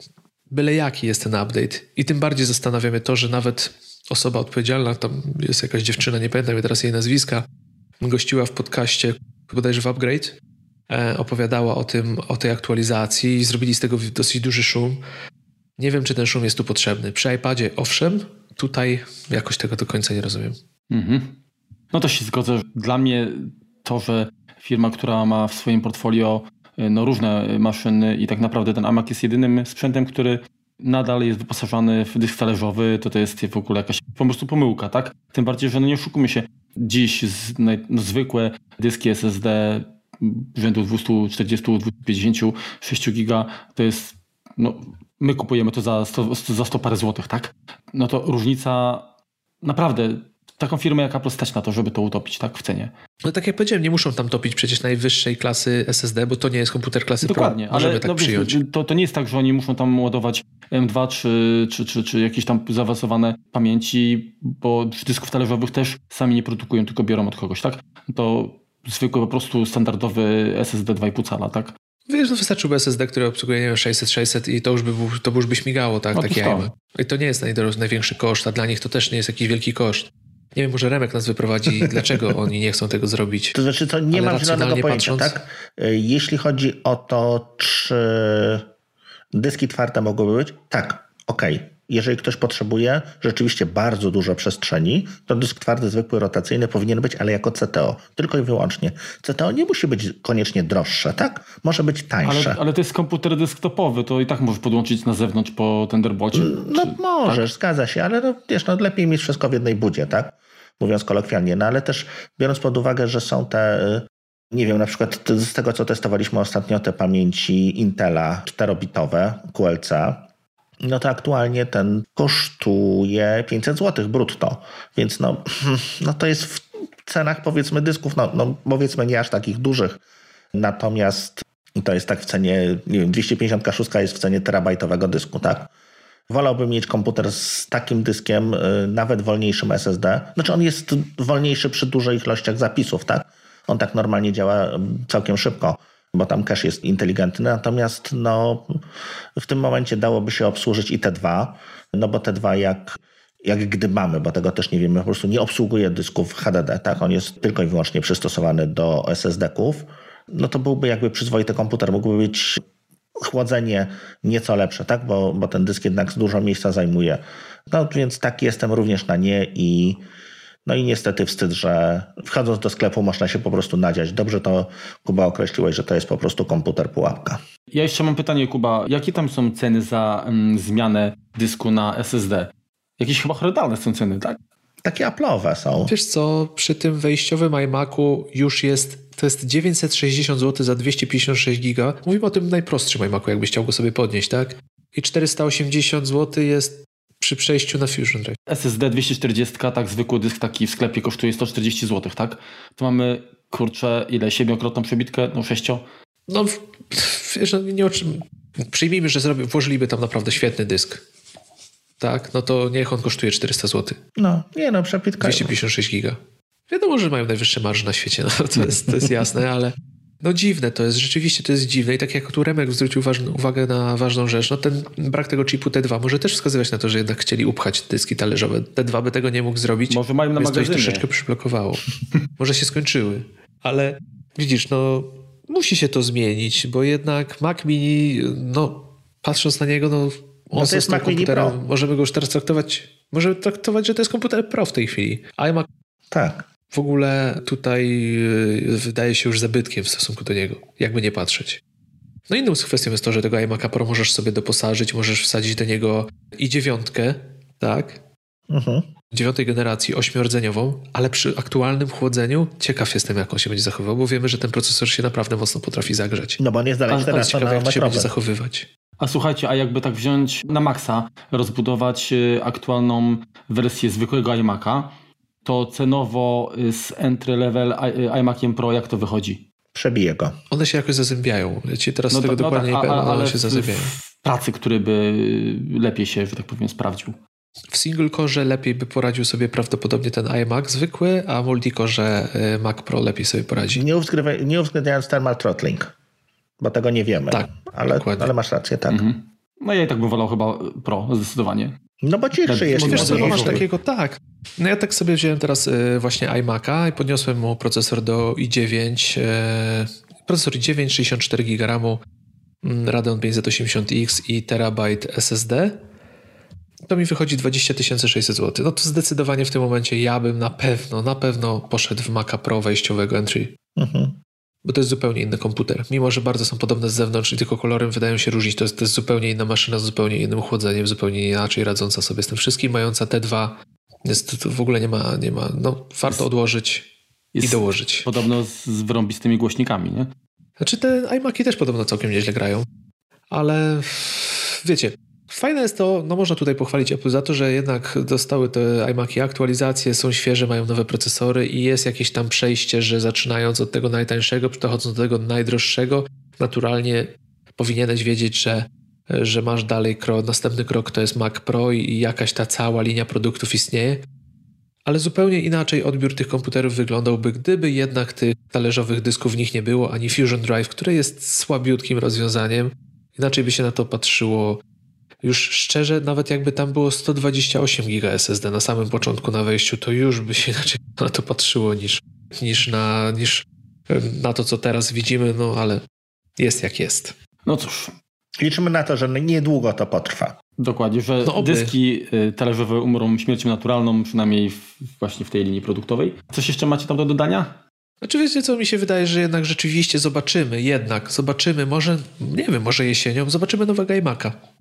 byle jaki jest ten update. I tym bardziej zastanawia mnie to, że nawet osoba odpowiedzialna, tam jest jakaś dziewczyna, nie pamiętam teraz jej nazwiska, gościła w podcaście, bodajże w Upgrade, opowiadała o tym, o tej aktualizacji i zrobili z tego dosyć duży szum. Nie wiem, czy ten szum jest tu potrzebny. Przy iPadzie owszem, tutaj jakoś tego do końca nie rozumiem. Mhm. No to się zgodzę. Dla mnie to, że firma, która ma w swoim portfolio no, różne maszyny i tak naprawdę ten iMac jest jedynym sprzętem, który nadal jest wyposażony w dysk talerzowy, to to jest w ogóle jakaś po prostu pomyłka, tak? Tym bardziej, że no nie oszukujmy się, dziś z, no, zwykłe dyski S S D rzędu dwieście czterdzieści do dwieście pięćdziesiąt sześć giga to jest, no my kupujemy to za sto, za sto parę złotych, tak? No to różnica naprawdę, taką firmę jak Apple stać na to, żeby to utopić, tak, w cenie. No tak jak powiedziałem, nie muszą tam topić przecież najwyższej klasy S S D, bo to nie jest komputer klasy Dokładnie, Pro. Możemy ale tak no, przyjąć. To, to nie jest tak, że oni muszą tam ładować M dwa czy, czy, czy, czy jakieś tam zaawansowane pamięci, bo dysków talerzowych też sami nie produkują, tylko biorą od kogoś, tak? To zwykły po prostu standardowy S S D dwa i pół cala, tak? Wiesz, no wystarczyłby S S D, który obsługuje nie wiem, sześćset sześćset i to już by, to już by śmigało, tak? No, Takie pustało. iMac. I to nie jest najdroższy, największy koszt, a dla nich to też nie jest jakiś wielki koszt. Nie wiem, może Remek nas wyprowadzi, dlaczego oni nie chcą tego zrobić. To znaczy, to nie Ale mam zielonego racjonalnie pojęcia, patrząc- tak? Jeśli chodzi o to, czy dyski twarde mogłyby być, tak, okej. Okay. Jeżeli ktoś potrzebuje rzeczywiście bardzo dużo przestrzeni, to dysk twardy, zwykły, rotacyjny powinien być, ale jako C T O. Tylko i wyłącznie. C T O nie musi być koniecznie droższe, tak? Może być tańsze. Ale, ale to jest komputer desktopowy, to i tak możesz podłączyć na zewnątrz po Thunderbolcie. No czy, możesz, tak? Zgadza się, ale no, wiesz, no, lepiej mieć wszystko w jednej budzie, tak? mówiąc kolokwialnie. No ale też biorąc pod uwagę, że są te, nie wiem, na przykład z tego, co testowaliśmy ostatnio, te pamięci Intela czterobitowe Q L C, no to aktualnie ten kosztuje pięćset złotych brutto. Więc no, no to jest w cenach powiedzmy dysków, no, no powiedzmy nie aż takich dużych. Natomiast to jest tak w cenie, nie wiem, dwieście pięćdziesiąt sześć jest w cenie terabajtowego dysku, tak? Wolałbym mieć komputer z takim dyskiem, nawet wolniejszym S S D. Znaczy on jest wolniejszy przy dużych ilościach zapisów, tak? On tak normalnie działa całkiem szybko, bo tam cache jest inteligentny. Natomiast no, w tym momencie dałoby się obsłużyć i T dwa, no bo T dwa jak, jak gdy mamy, bo tego też nie wiemy, po prostu nie obsługuje dysków H D D, tak? On jest tylko i wyłącznie przystosowany do S S D-ków. No to byłby jakby przyzwoity komputer, mógłby być chłodzenie nieco lepsze, tak? Bo, bo ten dysk jednak dużo miejsca zajmuje. No więc tak jestem również na nie i no i niestety wstyd, że wchodząc do sklepu można się po prostu nadziać. Dobrze to, Kuba, określiłeś, że to jest po prostu komputer pułapka. Ja jeszcze mam pytanie, Kuba. Jakie tam są ceny za mm, zmianę dysku na S S D? Jakieś chyba horrendalne są ceny, tak? Takie Apple'owe są. Wiesz co, przy tym wejściowym iMacu już jest, to jest dziewięćset sześćdziesiąt złotych za dwieście pięćdziesiąt sześć giga. Mówimy o tym najprostszym iMacu, jakbyś chciał go sobie podnieść, tak? I czterysta osiemdziesiąt złotych jest przy przejściu na Fusion Drive. S S D dwieście czterdzieści, tak, zwykły dysk taki w sklepie kosztuje sto czterdzieści złotych, tak? To mamy, kurczę, ile? Siedmiokrotną przebitkę? No sześcio? No, wiesz, no, nie oczym. Przyjmijmy, że zrobi, włożyliby tam naprawdę świetny dysk. Tak, no to niech on kosztuje czterysta złotych. No, nie no, przepitka. dwieście pięćdziesiąt sześć giga. Wiadomo, że mają najwyższe marże na świecie, no to jest, to jest jasne, ale no dziwne to jest, rzeczywiście to jest dziwne i tak jak tu Remek zwrócił ważną, uwagę na ważną rzecz, no ten brak tego chipu T dwa może też wskazywać na to, że jednak chcieli upchać dyski talerzowe. T dwa by tego nie mógł zrobić. Może mają na więc magazynie. To ich troszeczkę przyblokowało. Może się skończyły, ale widzisz, no musi się to zmienić, bo jednak Mac Mini, no patrząc na niego, no on no to jest Mac Mini Pro. Możemy go już teraz traktować, możemy traktować, że to jest komputer Pro w tej chwili. iMac tak. w ogóle tutaj wydaje się już zabytkiem w stosunku do niego, jakby nie patrzeć. No inną kwestią jest to, że tego iMac'a Pro możesz sobie doposażyć, możesz wsadzić do niego i dziewiątkę, tak? Mhm. Dziewiątej generacji, ośmiordzeniową, ale przy aktualnym chłodzeniu ciekaw jestem, jak on się będzie zachowywał, bo wiemy, że ten procesor się naprawdę mocno potrafi zagrzać. No bo on jest dalej cztery ciekawe, jak to się będzie zachowywać. A słuchajcie, a jakby tak wziąć na maksa, rozbudować aktualną wersję zwykłego iMac'a, to cenowo z entry level iMaciem Pro jak to wychodzi? Przebije go. One się jakoś zazębiają. Ja ci teraz no tego to, dokładnie no tak, nie powiem, ale one się w, zazębiają. W pracy, który by lepiej się, że tak powiem, sprawdził. W single core lepiej by poradził sobie prawdopodobnie ten iMac zwykły, a multicore Mac Pro lepiej sobie poradzi. Nie, uwzględnia, nie uwzględniając thermal throttling, bo tego nie wiemy. Tak, ale, ale masz rację, tak. Mhm. No ja i tak bym wolał chyba Pro, zdecydowanie. No bo cichszy jest. Wiesz co, masz takiego, tak. No ja tak sobie wziąłem teraz y, właśnie iMac'a i podniosłem mu procesor do i dziewięć. Y, procesor i dziewięć, sześćdziesiąt cztery giga ramu, y, Radeon pięćset osiemdziesiąt X i terabajt S S D. To mi wychodzi dwadzieścia tysięcy sześćset złotych. No to zdecydowanie w tym momencie ja bym na pewno, na pewno poszedł w Maca Pro wejściowego entry. Mhm. Bo to jest zupełnie inny komputer. Mimo że bardzo są podobne z zewnątrz i tylko kolorem wydają się różnić, to jest, to jest zupełnie inna maszyna z zupełnie innym chłodzeniem, zupełnie inaczej radząca sobie z tym wszystkim, mająca T dwa. Jest, to w ogóle nie ma, nie ma. No warto odłożyć i dołożyć. Podobno z, z wyrąbistymi głośnikami, nie? Znaczy te iMaki też podobno całkiem nieźle grają. Ale wiecie, fajne jest to, no można tutaj pochwalić Apple za to, że jednak dostały te iMaki aktualizacje, są świeże, mają nowe procesory i jest jakieś tam przejście, że zaczynając od tego najtańszego, przechodząc do tego najdroższego, naturalnie powinieneś wiedzieć, że, że masz dalej krok, następny krok to jest Mac Pro i jakaś ta cała linia produktów istnieje. Ale zupełnie inaczej odbiór tych komputerów wyglądałby, gdyby jednak tych talerzowych dysków w nich nie było, ani Fusion Drive, które jest słabiutkim rozwiązaniem. Inaczej by się na to patrzyło. Już szczerze, nawet jakby tam było sto dwadzieścia osiem giga S S D na samym początku na wejściu, to już by się inaczej na to patrzyło niż, niż, na, niż na to, co teraz widzimy, no ale jest jak jest. No cóż. Liczymy na to, że niedługo to potrwa. Dokładnie, że no dyski talerzowe umrą śmiercią naturalną, przynajmniej w, właśnie w tej linii produktowej. Coś jeszcze macie tam do dodania? Oczywiście, co mi się wydaje, że jednak rzeczywiście zobaczymy, jednak zobaczymy, może, nie wiem, może jesienią, zobaczymy nowego iMac'a.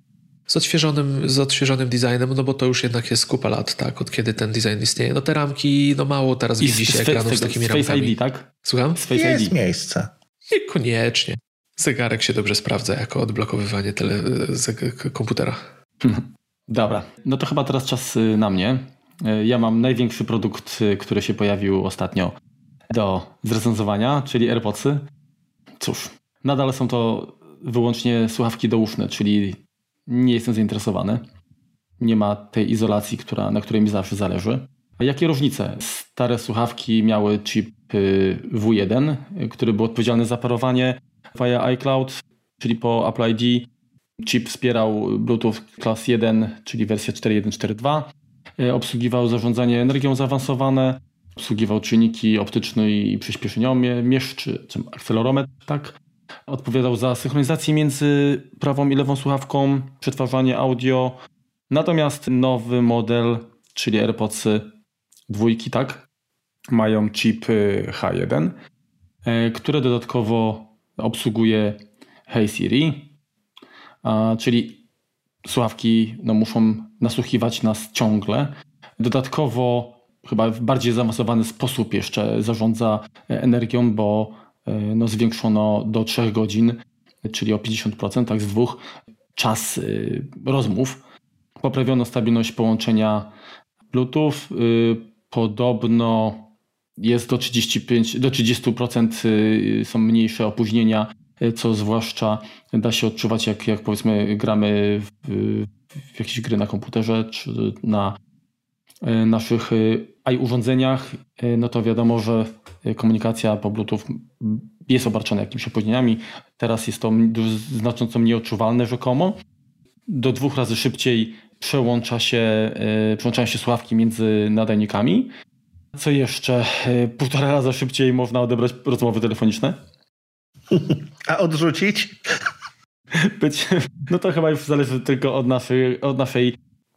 z odświeżonym, z odświeżonym designem, no bo to już jednak jest kupa lat, tak, od kiedy ten design istnieje. No te ramki, no mało teraz I widzi się z, ekranów z, z takimi z Face ramkami. I D, tak? Słucham? Z Face Jest I D. miejsce. Niekoniecznie. Zegarek się dobrze sprawdza jako odblokowywanie tele, z, komputera. Dobra, no to chyba teraz czas na mnie. Ja mam największy produkt, który się pojawił ostatnio do zrecenzowania, czyli AirPodsy. Cóż, nadal są to wyłącznie słuchawki douszne, czyli nie jestem zainteresowany. Nie ma tej izolacji, która, na której mi zawsze zależy. A jakie różnice? Stare słuchawki miały chip W jeden, który był odpowiedzialny za parowanie via iCloud, czyli po Apple I D. Chip wspierał Bluetooth Class jeden, czyli wersja cztery jeden cztery dwa. Obsługiwał zarządzanie energią zaawansowane, obsługiwał czynniki optyczne i przyspieszeniomiерz, czy, czy akcelerometr, tak. Odpowiadał za synchronizację między prawą i lewą słuchawką, przetwarzanie audio. Natomiast nowy model, czyli AirPodsy dwójki, tak, mają chip H jeden, które dodatkowo obsługuje Hey Siri, czyli słuchawki no, muszą nasłuchiwać nas ciągle. Dodatkowo chyba w bardziej zaawansowany sposób jeszcze zarządza energią, bo no, zwiększono do trzech godzin, czyli o pięćdziesiąt procent, tak z dwóch, czas y, rozmów. Poprawiono stabilność połączenia Bluetooth. Y, podobno jest do trzydziestu pięciu do trzydziestu procent y, są mniejsze opóźnienia, y, co zwłaszcza da się odczuwać, jak, jak powiedzmy gramy w, w jakieś gry na komputerze czy na y, naszych y, i-urządzeniach. Y, no to wiadomo, że komunikacja po Bluetooth jest obarczona jakimiś opóźnieniami. Teraz jest to znacząco mniej odczuwalne rzekomo. Do dwóch razy szybciej przełącza się, yy, przełączają się słuchawki między nadajnikami. Co jeszcze? Yy, półtora razy szybciej można odebrać rozmowy telefoniczne. A odrzucić? Być, no to chyba już zależy tylko od naszej, od naszej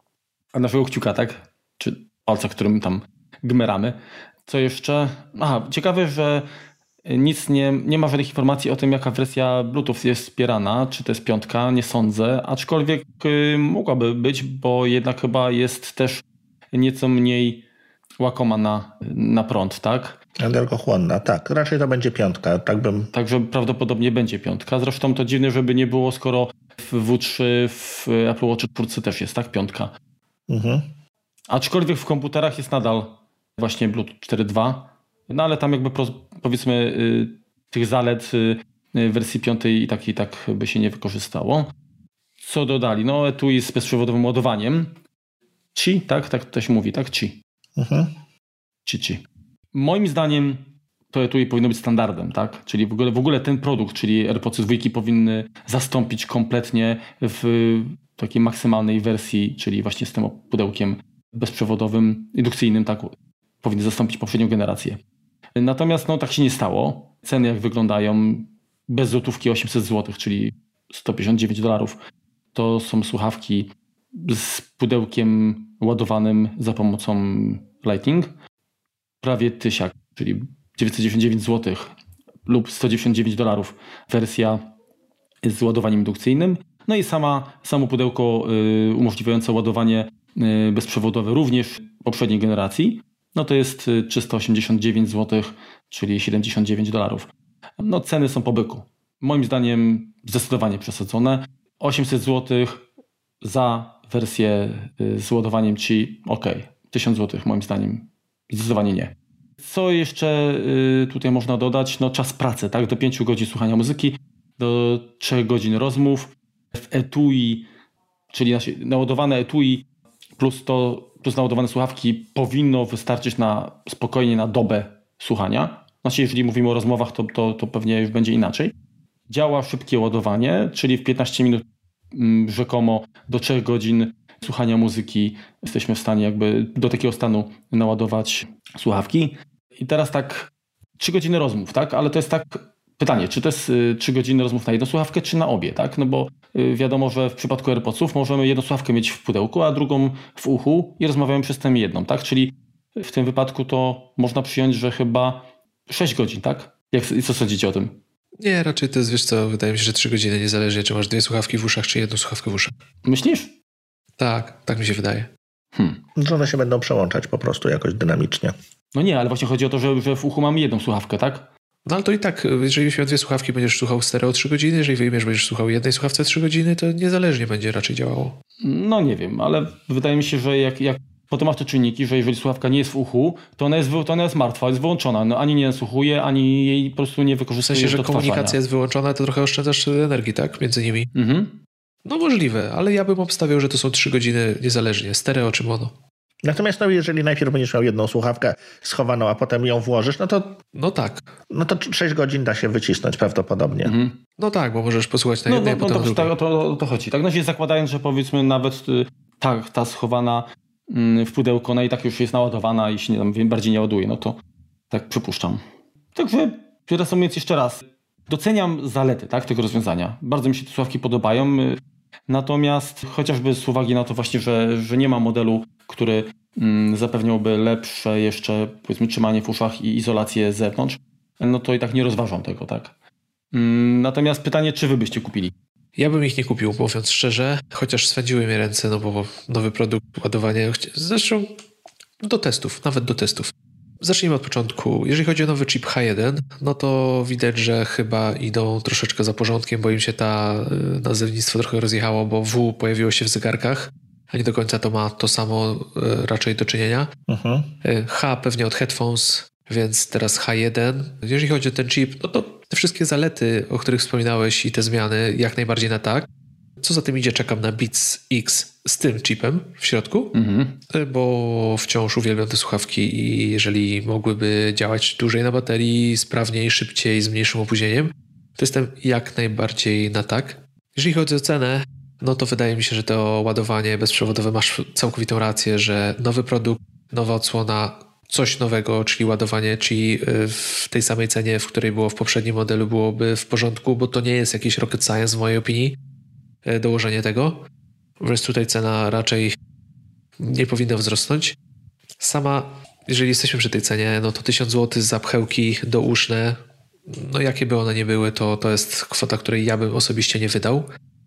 od naszego kciuka, tak? Czy palca, którym tam gmeramy. Co jeszcze? Aha, ciekawe, że nic nie, nie ma żadnych informacji o tym, jaka wersja Bluetooth jest wspierana, czy to jest piątka, nie sądzę, aczkolwiek y, mogłaby być, bo jednak chyba jest też nieco mniej łakoma na, na prąd, tak? Energochłonna, tak. Raczej to będzie piątka, tak bym... Także prawdopodobnie będzie piątka. Zresztą to dziwne, żeby nie było, skoro w W trzy, w Apple Watch cztery też jest, tak? Piątka. Mhm. Aczkolwiek w komputerach jest nadal właśnie Bluetooth cztery dwa. No ale tam jakby powiedzmy y, tych zalet y, wersji piątej i tak i tak by się nie wykorzystało. Co dodali? No etui z bezprzewodowym ładowaniem. Qi, tak? Tak to się mówi, tak? Qi. Mhm. Qi, Qi. Moim zdaniem to etui powinno być standardem, tak? Czyli w ogóle, w ogóle ten produkt, czyli AirPodsy dwójki powinny zastąpić kompletnie w takiej maksymalnej wersji, czyli właśnie z tym pudełkiem bezprzewodowym, indukcyjnym, tak? Powinny zastąpić poprzednią generację. Natomiast no, tak się nie stało. Ceny jak wyglądają, bez złotówki osiemset złotych, czyli sto pięćdziesiąt dziewięć dolarów. To są słuchawki z pudełkiem ładowanym za pomocą Lightning. Prawie tysiak, czyli dziewięćset dziewięćdziesiąt dziewięć złotych lub sto dziewięćdziesiąt dziewięć dolarów wersja z ładowaniem indukcyjnym. No i sama, samo pudełko y, umożliwiające ładowanie y, bezprzewodowe również poprzedniej generacji. No to jest trzysta osiemdziesiąt dziewięć złotych, czyli siedemdziesiąt dziewięć dolarów. No ceny są po byku. Moim zdaniem zdecydowanie przesadzone. osiemset złotych za wersję z ładowaniem Qi, ok. tysiąc złotych moim zdaniem zdecydowanie nie. Co jeszcze tutaj można dodać? No czas pracy, tak? Do pięciu godzin słuchania muzyki, do trzech godzin rozmów. W etui, czyli naładowane etui plus to plus naładowane słuchawki powinno wystarczyć na spokojnie na dobę słuchania. Znaczy, jeżeli mówimy o rozmowach, to, to, to pewnie już będzie inaczej. Działa szybkie ładowanie, czyli w piętnaście minut mm, rzekomo do trzech godzin słuchania muzyki jesteśmy w stanie jakby do takiego stanu naładować słuchawki. I teraz tak, trzy godziny rozmów, tak? Ale to jest tak pytanie, czy to jest trzy godziny rozmów na jedną słuchawkę, czy na obie, tak? No bo wiadomo, że w przypadku AirPodsów możemy jedną słuchawkę mieć w pudełku, a drugą w uchu i rozmawiamy przez tę jedną, tak? Czyli w tym wypadku to można przyjąć, że chyba sześć godzin, tak? Jak, co sądzicie o tym? Nie, raczej to jest, wiesz co, wydaje mi się, że trzy godziny, niezależnie czy masz dwie słuchawki w uszach, czy jedną słuchawkę w uszach. Myślisz? Tak, tak mi się wydaje. Hmm. Że one się będą przełączać po prostu jakoś dynamicznie. No nie, ale właśnie chodzi o to, że, że w uchu mamy jedną słuchawkę, tak? No ale to i tak, jeżeli miał dwie słuchawki, będziesz słuchał stereo trzy godziny, jeżeli wyjmiesz, będziesz słuchał jednej słuchawce trzy godziny, to niezależnie będzie raczej działało. No nie wiem, ale wydaje mi się, że jak, jak potem masz te czynniki, że jeżeli słuchawka nie jest w uchu, to ona jest, to ona jest martwa, jest wyłączona. No, ani nie nasłuchuje, ani jej po prostu nie W wykorzystuje sensie, że do komunikacja odtwarzania. jest wyłączona, to trochę oszczędzasz energii, tak? Między nimi. Mhm. No możliwe, ale ja bym obstawiał, że to są trzy godziny niezależnie, stereo czy mono. Natomiast no, jeżeli najpierw będziesz miał jedną słuchawkę schowaną, a potem ją włożysz, no to, No tak. no to sześć godzin da się wycisnąć prawdopodobnie. Mhm. No tak, bo możesz posłuchać na No, jednej, no, a no potem to, drugiej. tak, to, to, to chodzi. Tak, no się zakładając, że powiedzmy nawet y, ta, ta schowana y, w pudełko, ona i tak już jest naładowana i się nie, tam bardziej nie ładuje, no to tak przypuszczam. Także reasumując jeszcze raz, doceniam zalety tak, tego rozwiązania. Bardzo mi się te słuchawki podobają, y, natomiast chociażby z uwagi na to właśnie, że, że nie ma modelu, który y, zapewniałby lepsze jeszcze powiedzmy trzymanie w uszach i izolację z zewnątrz, no to i tak nie rozważam tego, tak. Y, natomiast pytanie, czy wy byście kupili? Ja bym ich nie kupił, mówiąc szczerze, chociaż swędziły mnie ręce, no bo nowy produkt, ładowanie, zresztą do testów, nawet do testów. Zacznijmy od początku. Jeżeli chodzi o nowy chip H jeden, no to widać, że chyba idą troszeczkę za porządkiem, bo im się ta y, nazewnictwo trochę rozjechało, bo W pojawiło się w zegarkach, a nie do końca to ma to samo y, raczej do czynienia. Mhm. Y, H pewnie od headphones, więc teraz H jeden. Jeżeli chodzi o ten chip, no to te wszystkie zalety, o których wspominałeś i te zmiany, jak najbardziej na tak. Co za tym idzie, czekam na Beats X z tym chipem w środku, Mhm. bo wciąż uwielbiam te słuchawki i jeżeli mogłyby działać dłużej na baterii, sprawniej, szybciej, z mniejszym opóźnieniem, to jestem jak najbardziej na tak. Jeżeli chodzi o cenę, no to wydaje mi się, że to ładowanie bezprzewodowe, masz całkowitą rację, że nowy produkt, nowa odsłona, coś nowego, czyli ładowanie, czyli w tej samej cenie, w której było w poprzednim modelu, byłoby w porządku, bo to nie jest jakiś rocket science w mojej opinii, dołożenie tego. Wręcz tutaj cena raczej nie powinna wzrosnąć. Sama, jeżeli jesteśmy przy tej cenie, no to tysiąc złotych za pchełki douszne, no jakie by one nie były, to, to jest kwota, której ja bym osobiście nie wydał,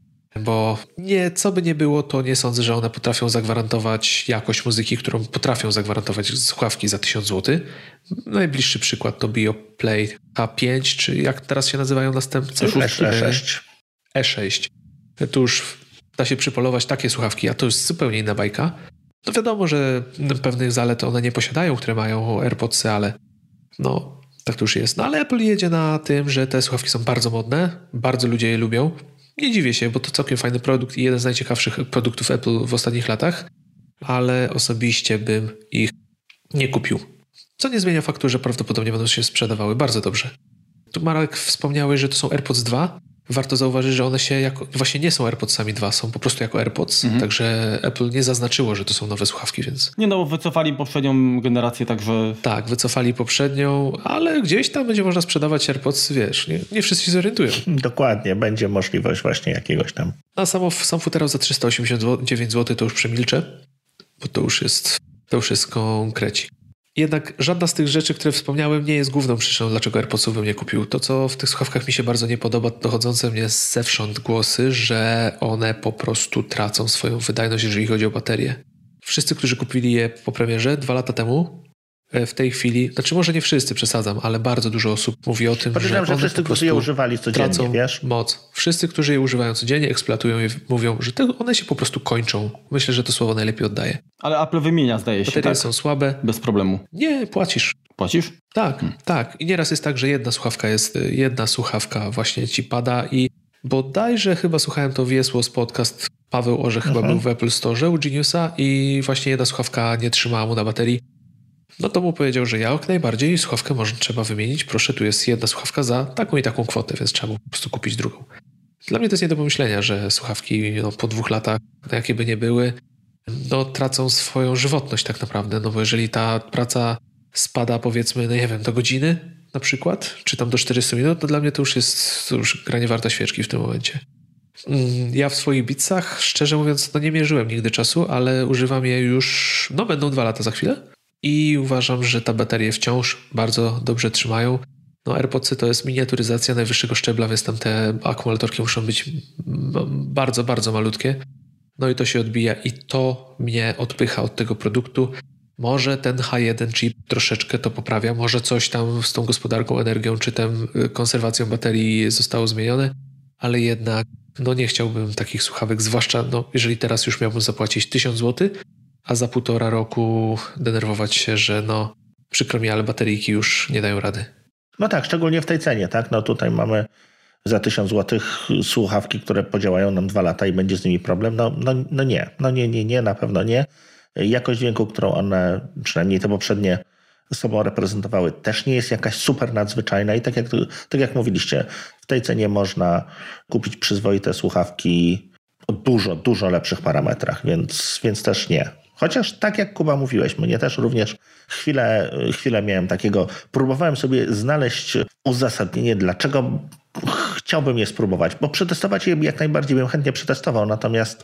bo nie, co by nie było, to nie sądzę, że one potrafią zagwarantować jakość muzyki, którą potrafią zagwarantować słuchawki za tysiąc złotych. Najbliższy przykład to Beoplay H pięć, czy jak teraz się nazywają następcy? E sześć. E sześć. Tu już da się przypolować takie słuchawki, a to jest zupełnie inna bajka. No wiadomo, że pewnych zalet one nie posiadają, które mają AirPodsy, ale no tak to już jest. No ale Apple jedzie na tym, że te słuchawki są bardzo modne, bardzo ludzie je lubią. Nie dziwię się, bo to całkiem fajny produkt i jeden z najciekawszych produktów Apple w ostatnich latach, ale osobiście bym ich nie kupił. Co nie zmienia faktu, że prawdopodobnie będą się sprzedawały bardzo dobrze. Tu Marek wspomniałeś, że to są AirPods dwa. Warto zauważyć, że one się jako, właśnie nie są AirPodsami dwa, są po prostu jako AirPods, mhm. Także Apple nie zaznaczyło, że to są nowe słuchawki, więc... Nie no, wycofali poprzednią generację, także... Tak, wycofali poprzednią, ale gdzieś tam będzie można sprzedawać AirPods, wiesz, nie, nie wszyscy się zorientują. Dokładnie, będzie możliwość właśnie jakiegoś tam... A samo, sam futerał za trzysta osiemdziesiąt dziewięć złotych to już przemilczę, bo to już jest, to już jest konkrecik. Jednak żadna z tych rzeczy, które wspomniałem, nie jest główną przyczyną, dlaczego AirPodsów bym nie kupił. To, co w tych słuchawkach mi się bardzo nie podoba, dochodzące mnie zewsząd głosy, że one po prostu tracą swoją wydajność, jeżeli chodzi o baterię. Wszyscy, którzy kupili je po premierze dwa lata temu, w tej chwili, znaczy może nie wszyscy, przesadzam, ale bardzo dużo osób mówi o tym, Podejrzewam, że one że wszyscy, po prostu którzy je używali codziennie, tracą wiesz? moc. Wszyscy, którzy je używają codziennie, eksploatują je, mówią, że te, one się po prostu kończą. Myślę, że to słowo najlepiej oddaje. Ale Apple wymienia, zdaje się, Baterie tak? są słabe. Bez problemu. Nie, płacisz. Płacisz? Tak, Hmm. tak. I nieraz jest tak, że jedna słuchawka jest, jedna słuchawka właśnie ci pada i bodajże chyba słuchałem to Wiesłos podcast, Paweł Orzech chyba Mhm. był w Apple Store u Geniusa i właśnie jedna słuchawka nie trzymała mu na baterii. No to mu powiedział, że ja jak najbardziej słuchawkę może trzeba wymienić. Proszę, tu jest jedna słuchawka za taką i taką kwotę, więc trzeba po prostu kupić drugą. Dla mnie to jest nie do pomyślenia, że słuchawki no, po dwóch latach, jakie by nie były, no tracą swoją żywotność tak naprawdę. No bo jeżeli ta praca spada powiedzmy, no nie wiem, do godziny na przykład, czy tam do czterystu minut, to dla mnie to już jest to już gra nie warta świeczki w tym momencie. Ja w swoich Beatsach, szczerze mówiąc, no nie mierzyłem nigdy czasu, ale używam je już, no będą dwa lata za chwilę i uważam, że ta baterie wciąż bardzo dobrze trzymają. No AirPodsy to jest miniaturyzacja najwyższego szczebla, więc tam te akumulatorki muszą być bardzo, bardzo malutkie. No i to się odbija i to mnie odpycha od tego produktu. Może ten H jeden chip troszeczkę to poprawia, może coś tam z tą gospodarką energią, czy tam konserwacją baterii zostało zmienione, ale jednak no nie chciałbym takich słuchawek, zwłaszcza no, jeżeli teraz już miałbym zapłacić tysiąc złotych, a za półtora roku denerwować się, że no przykro mi, ale bateryjki już nie dają rady. No tak, szczególnie w tej cenie, tak? No tutaj mamy za tysiąc złotych słuchawki, które podziałają nam dwa lata i będzie z nimi problem. No, no, no nie, no nie, nie, nie, na pewno nie. Jakość dźwięku, którą one, przynajmniej te poprzednie, sobą reprezentowały, też nie jest jakaś super nadzwyczajna i tak jak, tak jak mówiliście, w tej cenie można kupić przyzwoite słuchawki o dużo, dużo lepszych parametrach, więc, więc też nie. Chociaż tak jak Kuba mówiłeś, mnie też również chwilę, chwilę miałem takiego, próbowałem sobie znaleźć uzasadnienie, dlaczego chciałbym je spróbować, bo przetestować je jak najbardziej bym chętnie przetestował, natomiast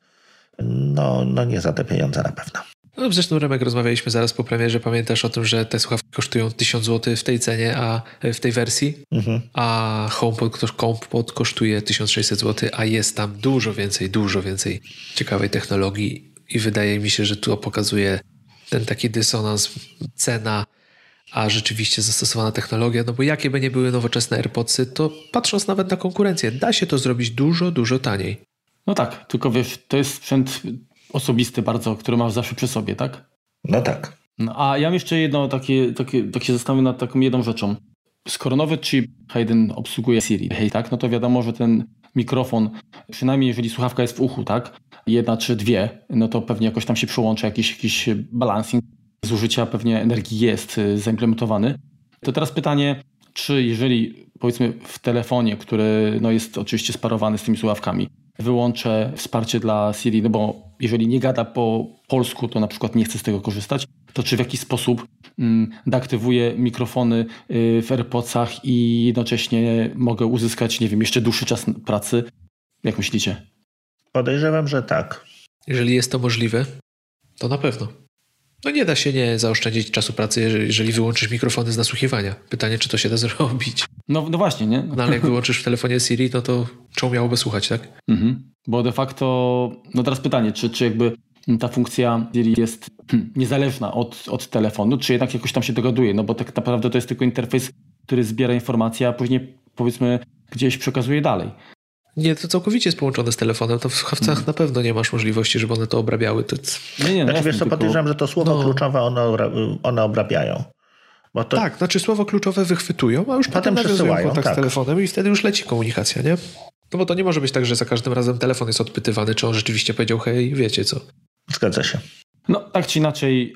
no, no nie za te pieniądze na pewno. No zresztą, Remek, rozmawialiśmy zaraz po premierze, pamiętasz o tym, że te słuchawki kosztują tysiąc złotych w tej cenie, a w tej wersji, mhm. a HomePod, HomePod kosztuje tysiąc sześćset złotych, a jest tam dużo więcej, dużo więcej ciekawej technologii i wydaje mi się, że tu pokazuje ten taki dysonans cena, a rzeczywiście zastosowana technologia, no bo jakie by nie były nowoczesne AirPodsy, to patrząc nawet na konkurencję, da się to zrobić dużo, dużo taniej. No tak, tylko wiesz, to jest sprzęt osobisty bardzo, który masz zawsze przy sobie, tak? No tak. No, a ja mam jeszcze jedno takie, takie, tak się zastanawiam nad taką jedną rzeczą. Skoro nowy chip H jeden obsługuje Siri, hej, tak, no to wiadomo, że ten mikrofon, przynajmniej jeżeli słuchawka jest w uchu, tak, jedna czy dwie, no to pewnie jakoś tam się przełącza, jakiś, jakiś balancing zużycia pewnie energii jest zaimplementowany. To teraz pytanie, czy jeżeli powiedzmy w telefonie, który no jest oczywiście sparowany z tymi słuchawkami, wyłączę wsparcie dla Siri, no bo jeżeli nie gada po polsku, to na przykład nie chce z tego korzystać, to czy w jakiś sposób mm, deaktywuję mikrofony y, w AirPodsach i jednocześnie mogę uzyskać, nie wiem, jeszcze dłuższy czas pracy? Jak myślicie? Podejrzewam, że tak. Jeżeli jest to możliwe, to na pewno. No nie da się nie zaoszczędzić czasu pracy, jeżeli, jeżeli wyłączysz mikrofony z nasłuchiwania. Pytanie, czy to się da zrobić. No, no właśnie, nie? No ale jak wyłączysz w telefonie Siri, no to czemu miałoby słuchać, tak? Mhm. Bo de facto, no teraz pytanie, czy, czy jakby ta funkcja Siri jest hmm, niezależna od, od telefonu, czy jednak jakoś tam się dogaduje, no bo tak naprawdę to jest tylko interfejs, który zbiera informacje, a później powiedzmy gdzieś przekazuje dalej. Nie, to całkowicie jest połączone z telefonem, to w słuchawcach hmm. na pewno nie masz możliwości, żeby one to obrabiały. To... Nie, nie, no znaczy, wiesz co, tylko... podejrzewam, że to słowo no. kluczowe one, one obrabiają. Bo to... Tak, znaczy słowo kluczowe wychwytują, a już potem nawiązują kontakt tak. z telefonem i wtedy już leci komunikacja, nie? No bo to nie może być tak, że za każdym razem telefon jest odpytywany, czy on rzeczywiście powiedział hej, wiecie co. Zgadza się. No tak czy inaczej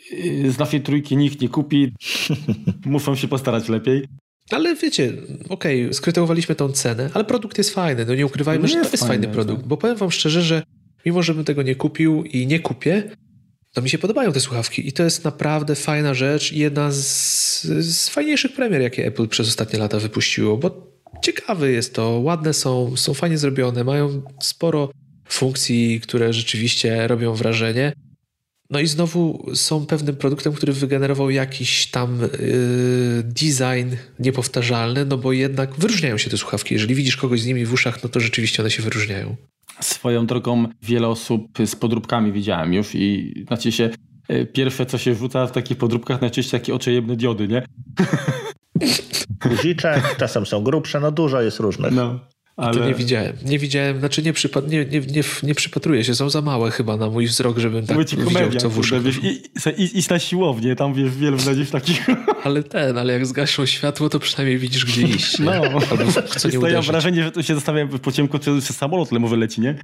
z naszej trójki nikt nie kupi. Muszą się postarać lepiej. Ale wiecie, okej, okay, skrytykowaliśmy tą cenę, ale produkt jest fajny, no nie ukrywajmy, no że to jest fajny, fajny produkt, bo powiem wam szczerze, że mimo, żebym tego nie kupił i nie kupię, to mi się podobają te słuchawki i to jest naprawdę fajna rzecz i jedna z, z fajniejszych premier, jakie Apple przez ostatnie lata wypuściło, bo ciekawe jest to, ładne są, są fajnie zrobione, mają sporo funkcji, które rzeczywiście robią wrażenie. No i znowu są pewnym produktem, który wygenerował jakiś tam yy, design niepowtarzalny, no bo jednak wyróżniają się te słuchawki. Jeżeli widzisz kogoś z nimi w uszach, no to rzeczywiście one się wyróżniają. Swoją drogą wiele osób z podróbkami widziałem już i znaczy się yy, pierwsze, co się rzuca w takich podróbkach, najczęściej takie oczojebne diody, nie? Guziczek, czasem są grubsze, no dużo jest różnych. No. Ale... To nie widziałem. Nie widziałem, znaczy nie, przypad... nie, nie, nie, nie przypatruję się, są za małe chyba na mój wzrok, żebym tak widział, komedia, co w uszach. Wiesz, i, i, iść na siłownię, tam wiesz, wiele znajdziesz takich. Ale ten, ale jak zgaszą światło, to przynajmniej widzisz, gdzie iść. Nie? No. Albo w co nie uderzyć. Ja mam wrażenie, że to się zastanawiam po ciemku, czy samolot lemowy leci, nie?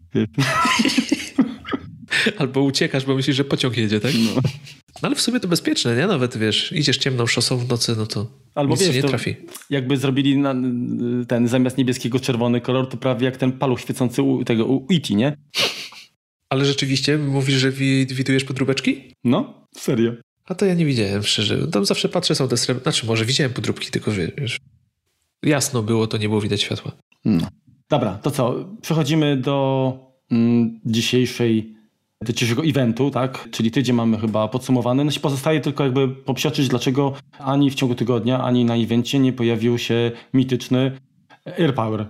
Albo uciekasz, bo myślisz, że pociąg jedzie, tak? No. No ale w sumie to bezpieczne, nie? Nawet wiesz, idziesz ciemną szosą w nocy, no to albo nic wiesz, nie trafi. Jakby zrobili na, ten zamiast niebieskiego czerwony kolor, to prawie jak ten paluch świecący u tego u E T, nie? Ale rzeczywiście mówisz, że wi- widujesz podróbeczki? No, serio. A to ja nie widziałem, szczerze. Tam zawsze patrzę, są te srebrne... Znaczy, może widziałem podróbki, tylko wiesz... Jasno było, to nie było widać światła. No. Dobra, to co? Przechodzimy do mm, dzisiejszej dzisiejszego eventu, tak? Czyli tydzień mamy chyba podsumowany. No się pozostaje tylko jakby popsioczyć, dlaczego ani w ciągu tygodnia, ani na evencie nie pojawił się mityczny AirPower.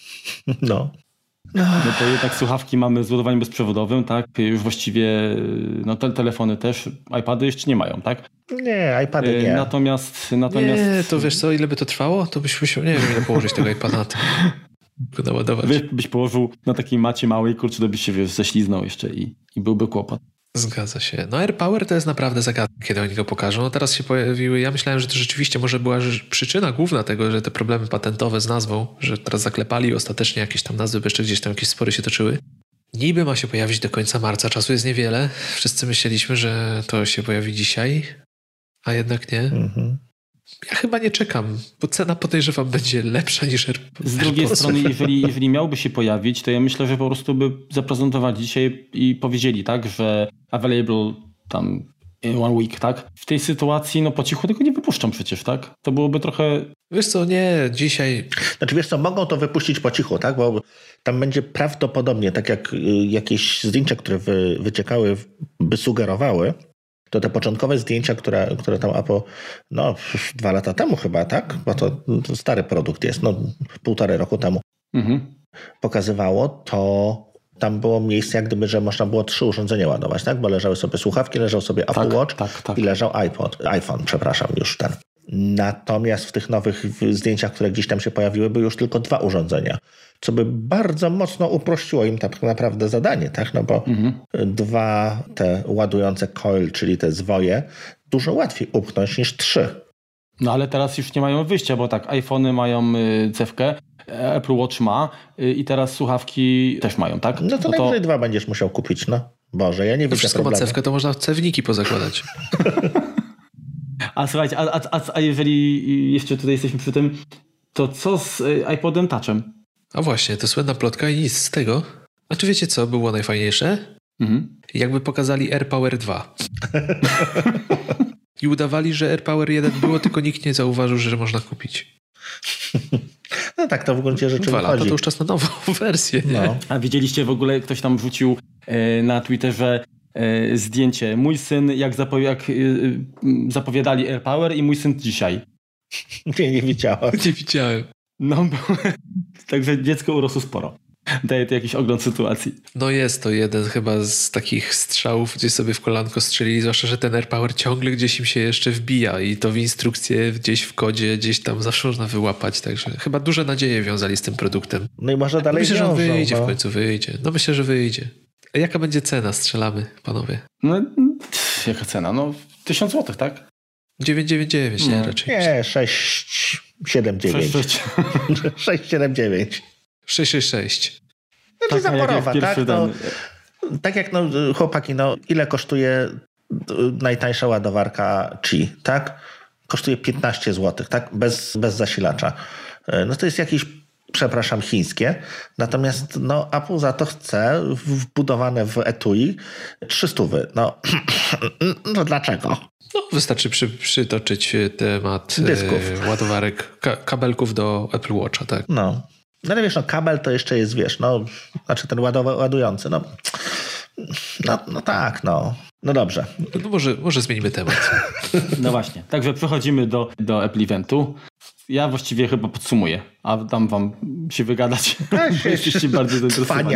No. No to jednak słuchawki mamy z ładowaniem bezprzewodowym, tak? Już właściwie no te telefony też, iPady jeszcze nie mają, tak? Nie, iPady nie. Natomiast, natomiast... Nie, to wiesz co, ile by to trwało? To byś musiał, nie wiem, ile położyć tego iPada na tym. Go naładować. Wy, byś położył na takiej macie małej, kurczę, to byś się wiesz, ześliznął jeszcze i, i byłby kłopot. Zgadza się. No AirPower to jest naprawdę zagadka, kiedy oni go pokażą. No teraz się pojawiły, ja myślałem, że to rzeczywiście może była przyczyna główna tego, że te problemy patentowe z nazwą, że teraz zaklepali i ostatecznie jakieś tam nazwy, bo jeszcze gdzieś tam jakieś spory się toczyły. Niby ma się pojawić do końca marca, czasu jest niewiele. Wszyscy myśleliśmy, że to się pojawi dzisiaj, a jednak nie. Mhm. Ja chyba nie czekam, bo cena podejrzewam będzie lepsza niż AirPower. Z drugiej strony, jeżeli, jeżeli miałby się pojawić, to ja myślę, że po prostu by zaprezentowali dzisiaj i powiedzieli, tak, że available tam one week, tak? W tej sytuacji, no po cichu tego nie wypuszczą przecież, tak? To byłoby trochę... Wiesz co, nie, dzisiaj... Znaczy wiesz co, mogą to wypuścić po cichu, tak? Bo tam będzie prawdopodobnie, tak jak jakieś zdjęcia, które wy, wyciekały, by sugerowały, to te początkowe zdjęcia, które, które tam Apple, no dwa lata temu chyba, tak? Bo to, to stary produkt jest, no półtorej roku temu mhm. pokazywało, to tam było miejsce jak gdyby, że można było trzy urządzenia ładować, tak? Bo leżały sobie słuchawki, leżał sobie Apple tak, Watch tak, tak. i leżał iPod, iPhone, przepraszam, już ten. Natomiast w tych nowych zdjęciach, które gdzieś tam się pojawiły, były już tylko dwa urządzenia, co by bardzo mocno uprościło im tak naprawdę zadanie, tak? No bo mhm. dwa te ładujące coil, czyli te zwoje, dużo łatwiej upchnąć niż trzy. No ale teraz już nie mają wyjścia, bo tak, iPhony mają cewkę, Apple Watch ma i teraz słuchawki też mają, tak? No to no najwyżej to... dwa będziesz musiał kupić, no. Boże, ja nie widzę wszystko problemu. Ma cewkę, to można cewniki pozakładać. A słuchajcie, a, a, a jeżeli jeszcze tutaj jesteśmy przy tym, to co z iPodem Touchem? A właśnie, to słynna plotka i nic z tego. A czy wiecie co było najfajniejsze? Mhm. Jakby pokazali AirPower dwa. I udawali, że AirPower jeden było, tylko nikt nie zauważył, że można kupić. No tak, to w gruncie rzeczy Dwa wychodzi. lata to już czas na nową wersję, nie? No. A widzieliście w ogóle, ktoś tam wrzucił e, na Twitterze e, zdjęcie. Mój syn, jak, zapowi- jak e, zapowiadali AirPower i mój syn dzisiaj. Nie, nie widziałem. Nie widziałem. No, bo, także dziecko urosło sporo. Daje to jakiś ogląd sytuacji. No jest to jeden chyba z takich strzałów, gdzie sobie w kolanko strzelili, zwłaszcza, że ten AirPower ciągle gdzieś im się jeszcze wbija i to w instrukcję gdzieś w kodzie, gdzieś tam zawsze można wyłapać, także chyba duże nadzieje wiązali z tym produktem. No i może dalej no myślę, wiążą, że wyjdzie no. w końcu, wyjdzie. No myślę, że wyjdzie. A jaka będzie cena? Strzelamy, panowie. No, jaka cena? No tysiąc złotych, tak? dziewięćset dziewięćdziesiąt dziewięć, nie no, raczej. Nie, sześć siedem dziewięć. sześć siedem dziewięć. sześć sześć sześć. Znaczy zaporowa, tak? No, tak jak no, chłopaki, no ile kosztuje najtańsza ładowarka Qi, tak? Kosztuje piętnaście złotych, tak? Bez, bez zasilacza. No to jest jakieś, przepraszam, chińskie. Natomiast no, Apple za to chce wbudowane w etui trzysta. No, no dlaczego? No wystarczy przy, przytoczyć temat dysków. E, ładowarek, ka- kabelków do Apple Watcha, tak? No. No ale wiesz, no kabel to jeszcze jest, wiesz, no, znaczy ten ładowa- ładujący, no, no, no tak, no, no dobrze. No może, może zmienimy temat. No właśnie, także przechodzimy do, do Apple Eventu. Ja właściwie chyba podsumuję, a dam wam się wygadać, bo jesteście bardzo zainteresowani.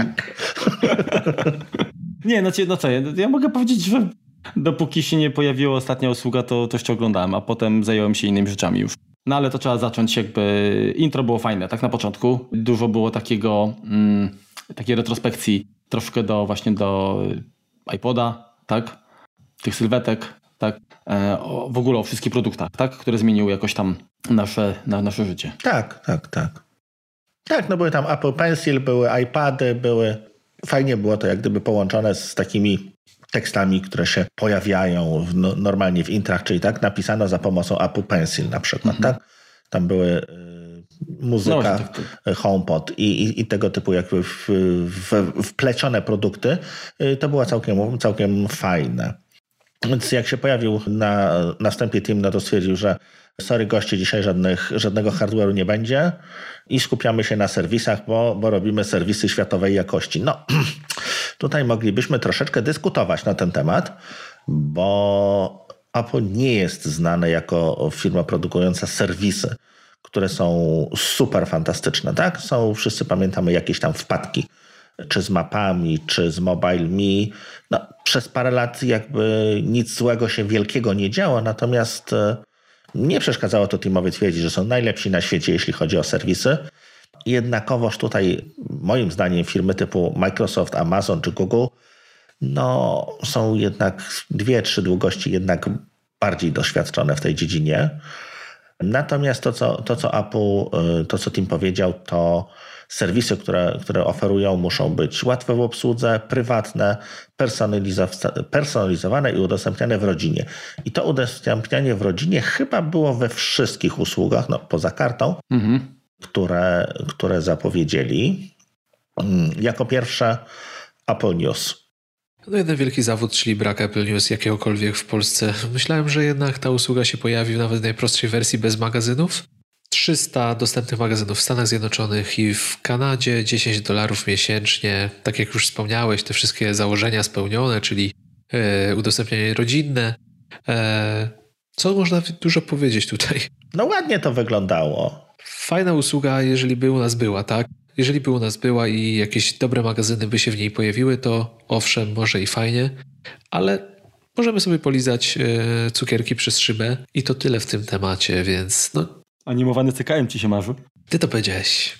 Nie, no, no co, ja, ja mogę powiedzieć, że dopóki się nie pojawiła ostatnia usługa, to to jeszcze oglądałem, a potem zająłem się innymi rzeczami już. No ale to trzeba zacząć jakby... Intro było fajne, tak na początku. Dużo było takiego, mm, takiej retrospekcji troszkę do właśnie do iPoda, tak? Tych sylwetek, tak? E, o, w ogóle o wszystkich produktach, tak? Które zmieniły jakoś tam nasze, na, nasze życie. Tak, tak, tak. Tak, no były tam Apple Pencil, były iPady, były... Fajnie było to jak gdyby połączone z takimi tekstami, które się pojawiają w, no, normalnie w intrach, czyli tak napisano za pomocą Apple Pencil na przykład, mm-hmm. tak? Tam były y, muzyka, no, tak, tak. HomePod i, i, i tego typu jakby w, w, wplecione produkty. Y, to było całkiem, całkiem fajne. Więc jak się pojawił na następie Tim, no to stwierdził, że sorry goście, dzisiaj żadnych, żadnego hardware'u nie będzie i skupiamy się na serwisach, bo, bo robimy serwisy światowej jakości. No, tutaj moglibyśmy troszeczkę dyskutować na ten temat, bo Apple nie jest znane jako firma produkująca serwisy, które są super fantastyczne, tak? Są, wszyscy pamiętamy jakieś tam wpadki, czy z mapami, czy z MobileMe. No, przez parę lat jakby nic złego się wielkiego nie działo, natomiast nie przeszkadzało to Timowi twierdzić, że są najlepsi na świecie, jeśli chodzi o serwisy. Jednakowoż tutaj, moim zdaniem, firmy typu Microsoft, Amazon czy Google no, są jednak dwie, trzy długości jednak bardziej doświadczone w tej dziedzinie. Natomiast to, co, to, co Apple, to, co Tim powiedział, to serwisy, które, które oferują, muszą być łatwe w obsłudze, prywatne, personalizow- personalizowane i udostępniane w rodzinie. I to udostępnianie w rodzinie chyba było we wszystkich usługach, no poza kartą, mhm. które, które zapowiedzieli. Jako pierwsze Apple News. No jeden wielki zawód, czyli brak Apple News jakiegokolwiek w Polsce. Myślałem, że jednak ta usługa się pojawi nawet w najprostszej wersji bez magazynów. trzysta dostępnych magazynów w Stanach Zjednoczonych i w Kanadzie, dziesięć dolarów miesięcznie. Tak jak już wspomniałeś, te wszystkie założenia spełnione, czyli e, udostępnianie rodzinne. E, co można dużo powiedzieć tutaj? No ładnie to wyglądało. Fajna usługa, jeżeli by u nas była, tak? Jeżeli by u nas była i jakieś dobre magazyny by się w niej pojawiły, to owszem, może i fajnie, ale możemy sobie polizać e, cukierki przez szybę i to tyle w tym temacie, więc no. Animowany C K M ci się marzy? Ty to powiedziałeś.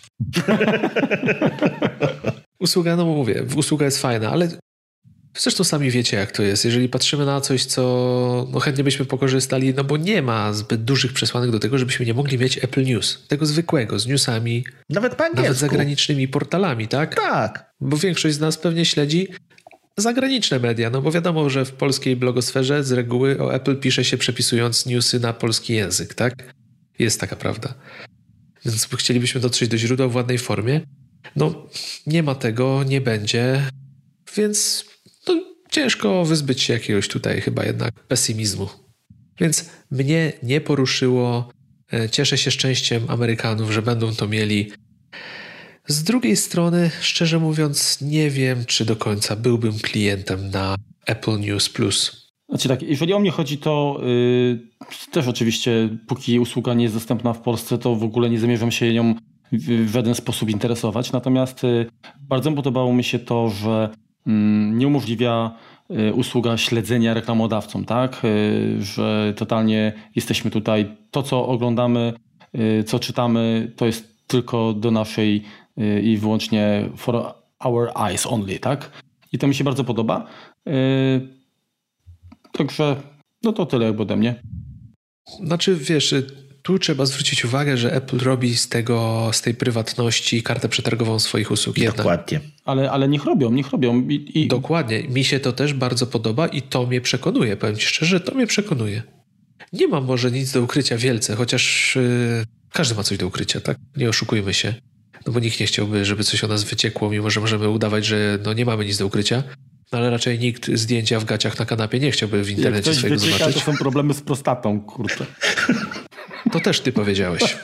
Usługa, no mówię, usługa jest fajna, ale zresztą sami wiecie, jak to jest. Jeżeli patrzymy na coś, co no chętnie byśmy pokorzystali, no bo nie ma zbyt dużych przesłanek do tego, żebyśmy nie mogli mieć Apple News. Tego zwykłego, z newsami. Nawet po angielsku. Nawet zagranicznymi portalami, tak? Tak. Bo większość z nas pewnie śledzi zagraniczne media, no bo wiadomo, że w polskiej blogosferze z reguły o Apple pisze się przepisując newsy na polski język, tak? Jest taka prawda. Więc chcielibyśmy dotrzeć do źródła w ładnej formie. No, nie ma tego, nie będzie, więc no, ciężko wyzbyć się jakiegoś tutaj chyba jednak pesymizmu. Więc mnie nie poruszyło. Cieszę się szczęściem Amerykanów, że będą to mieli. Z drugiej strony, szczerze mówiąc, nie wiem, czy do końca byłbym klientem na Apple News Plus. Znaczy tak, jeżeli o mnie chodzi, to yy, też oczywiście, póki usługa nie jest dostępna w Polsce, to w ogóle nie zamierzam się nią w, w żaden sposób interesować. Natomiast yy, bardzo podobało mi się to, że yy, nie umożliwia yy, usługa śledzenia reklamodawcom, tak? Yy, że totalnie jesteśmy tutaj, to co oglądamy, yy, co czytamy, to jest tylko do naszej yy, i wyłącznie for our eyes only, tak? I to mi się bardzo podoba. Yy, Także no to tyle ode mnie. Znaczy wiesz, tu trzeba zwrócić uwagę, że Apple robi z tego, z tej prywatności kartę przetargową swoich usług. Jednak. Dokładnie. Ale, ale niech robią, niech robią. I, i... Dokładnie. Mi się to też bardzo podoba i to mnie przekonuje. Powiem ci szczerze, to mnie przekonuje. Nie mam może nic do ukrycia wielce, chociaż yy, każdy ma coś do ukrycia, tak? Nie oszukujmy się. No bo nikt nie chciałby, żeby coś o nas wyciekło, mimo że możemy udawać, że no nie mamy nic do ukrycia. No ale raczej nikt zdjęcia w gaciach na kanapie nie chciałby w internecie Jak swojego wycieka, zobaczyć. To są problemy z prostatą, kurczę. To też ty powiedziałeś.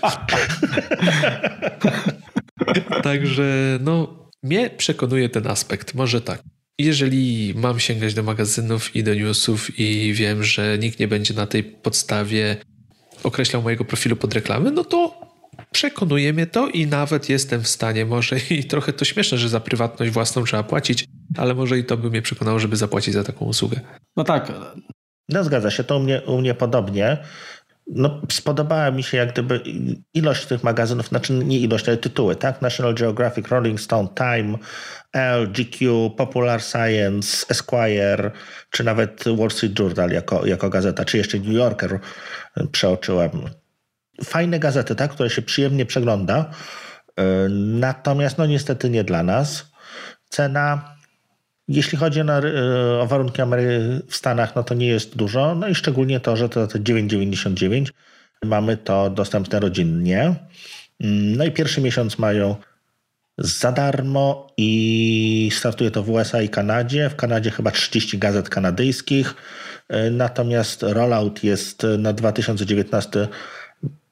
Także no, mnie przekonuje ten aspekt. Może tak. Jeżeli mam sięgać do magazynów i do newsów i wiem, że nikt nie będzie na tej podstawie określał mojego profilu pod reklamy, no to przekonuje mnie to i nawet jestem w stanie, może i trochę to śmieszne, że za prywatność własną trzeba płacić, ale może i to by mnie przekonało, żeby zapłacić za taką usługę. No tak. No zgadza się, to u mnie, u mnie podobnie. No, spodobała mi się jak gdyby ilość tych magazynów, znaczy nie ilość, ale tytuły, tak? National Geographic, Rolling Stone, Time, Elle, G Q, Popular Science, Esquire, czy nawet Wall Street Journal jako, jako gazeta, czy jeszcze New Yorker przeoczyłem. Fajne gazety, tak? Które się przyjemnie przegląda, natomiast no niestety nie dla nas. Cena, jeśli chodzi na, o warunki Amery- w Stanach, no to nie jest dużo, no i szczególnie to, że to, to dziewięć dziewięćdziesiąt dziewięć mamy to dostępne rodzinnie. No i pierwszy miesiąc mają za darmo i startuje to w U S A i Kanadzie. W Kanadzie chyba trzydzieści gazet kanadyjskich, natomiast rollout jest na dwa tysiące dziewiętnasty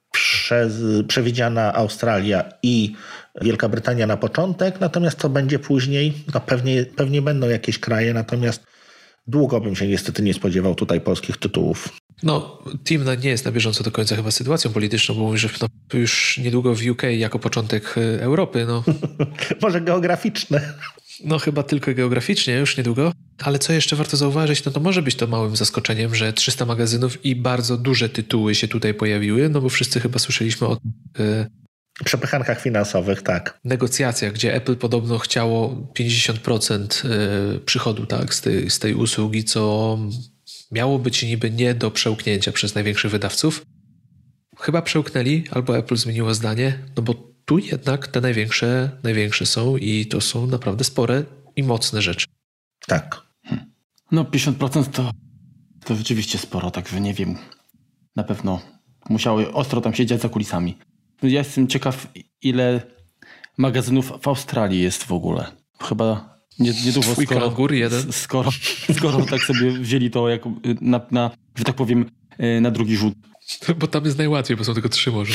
przez, przewidziana Australia i Wielka Brytania na początek, natomiast to będzie później, no pewnie, pewnie będą jakieś kraje, natomiast długo bym się niestety nie spodziewał tutaj polskich tytułów. No, Timna nie jest na bieżąco do końca chyba sytuacją polityczną, bo mówi, że no, już niedługo w U K jako początek Europy, no. Może geograficzne. No chyba tylko geograficznie, już niedługo. Ale co jeszcze warto zauważyć, no to może być to małym zaskoczeniem, że trzysta magazynów i bardzo duże tytuły się tutaj pojawiły, no bo wszyscy chyba słyszeliśmy o y, przepychankach finansowych, tak. negocjacjach, gdzie Apple podobno chciało pięćdziesiąt procent y, przychodu, tak, z tej, z tej usługi, co miało być niby nie do przełknięcia przez największych wydawców. Chyba przełknęli, albo Apple zmieniło zdanie, no bo tu jednak te największe, największe są i to są naprawdę spore i mocne rzeczy. Tak. No pięćdziesiąt procent to, to rzeczywiście sporo, także nie wiem. Na pewno musiały ostro tam siedzieć za kulisami. Ja jestem ciekaw, ile magazynów w Australii jest w ogóle. Chyba niedużo, Twój skoro, kangur jeden. skoro, skoro tak sobie wzięli to jako na, na, że tak powiem, na drugi rzut. Bo tam jest najłatwiej, bo są tylko trzy może.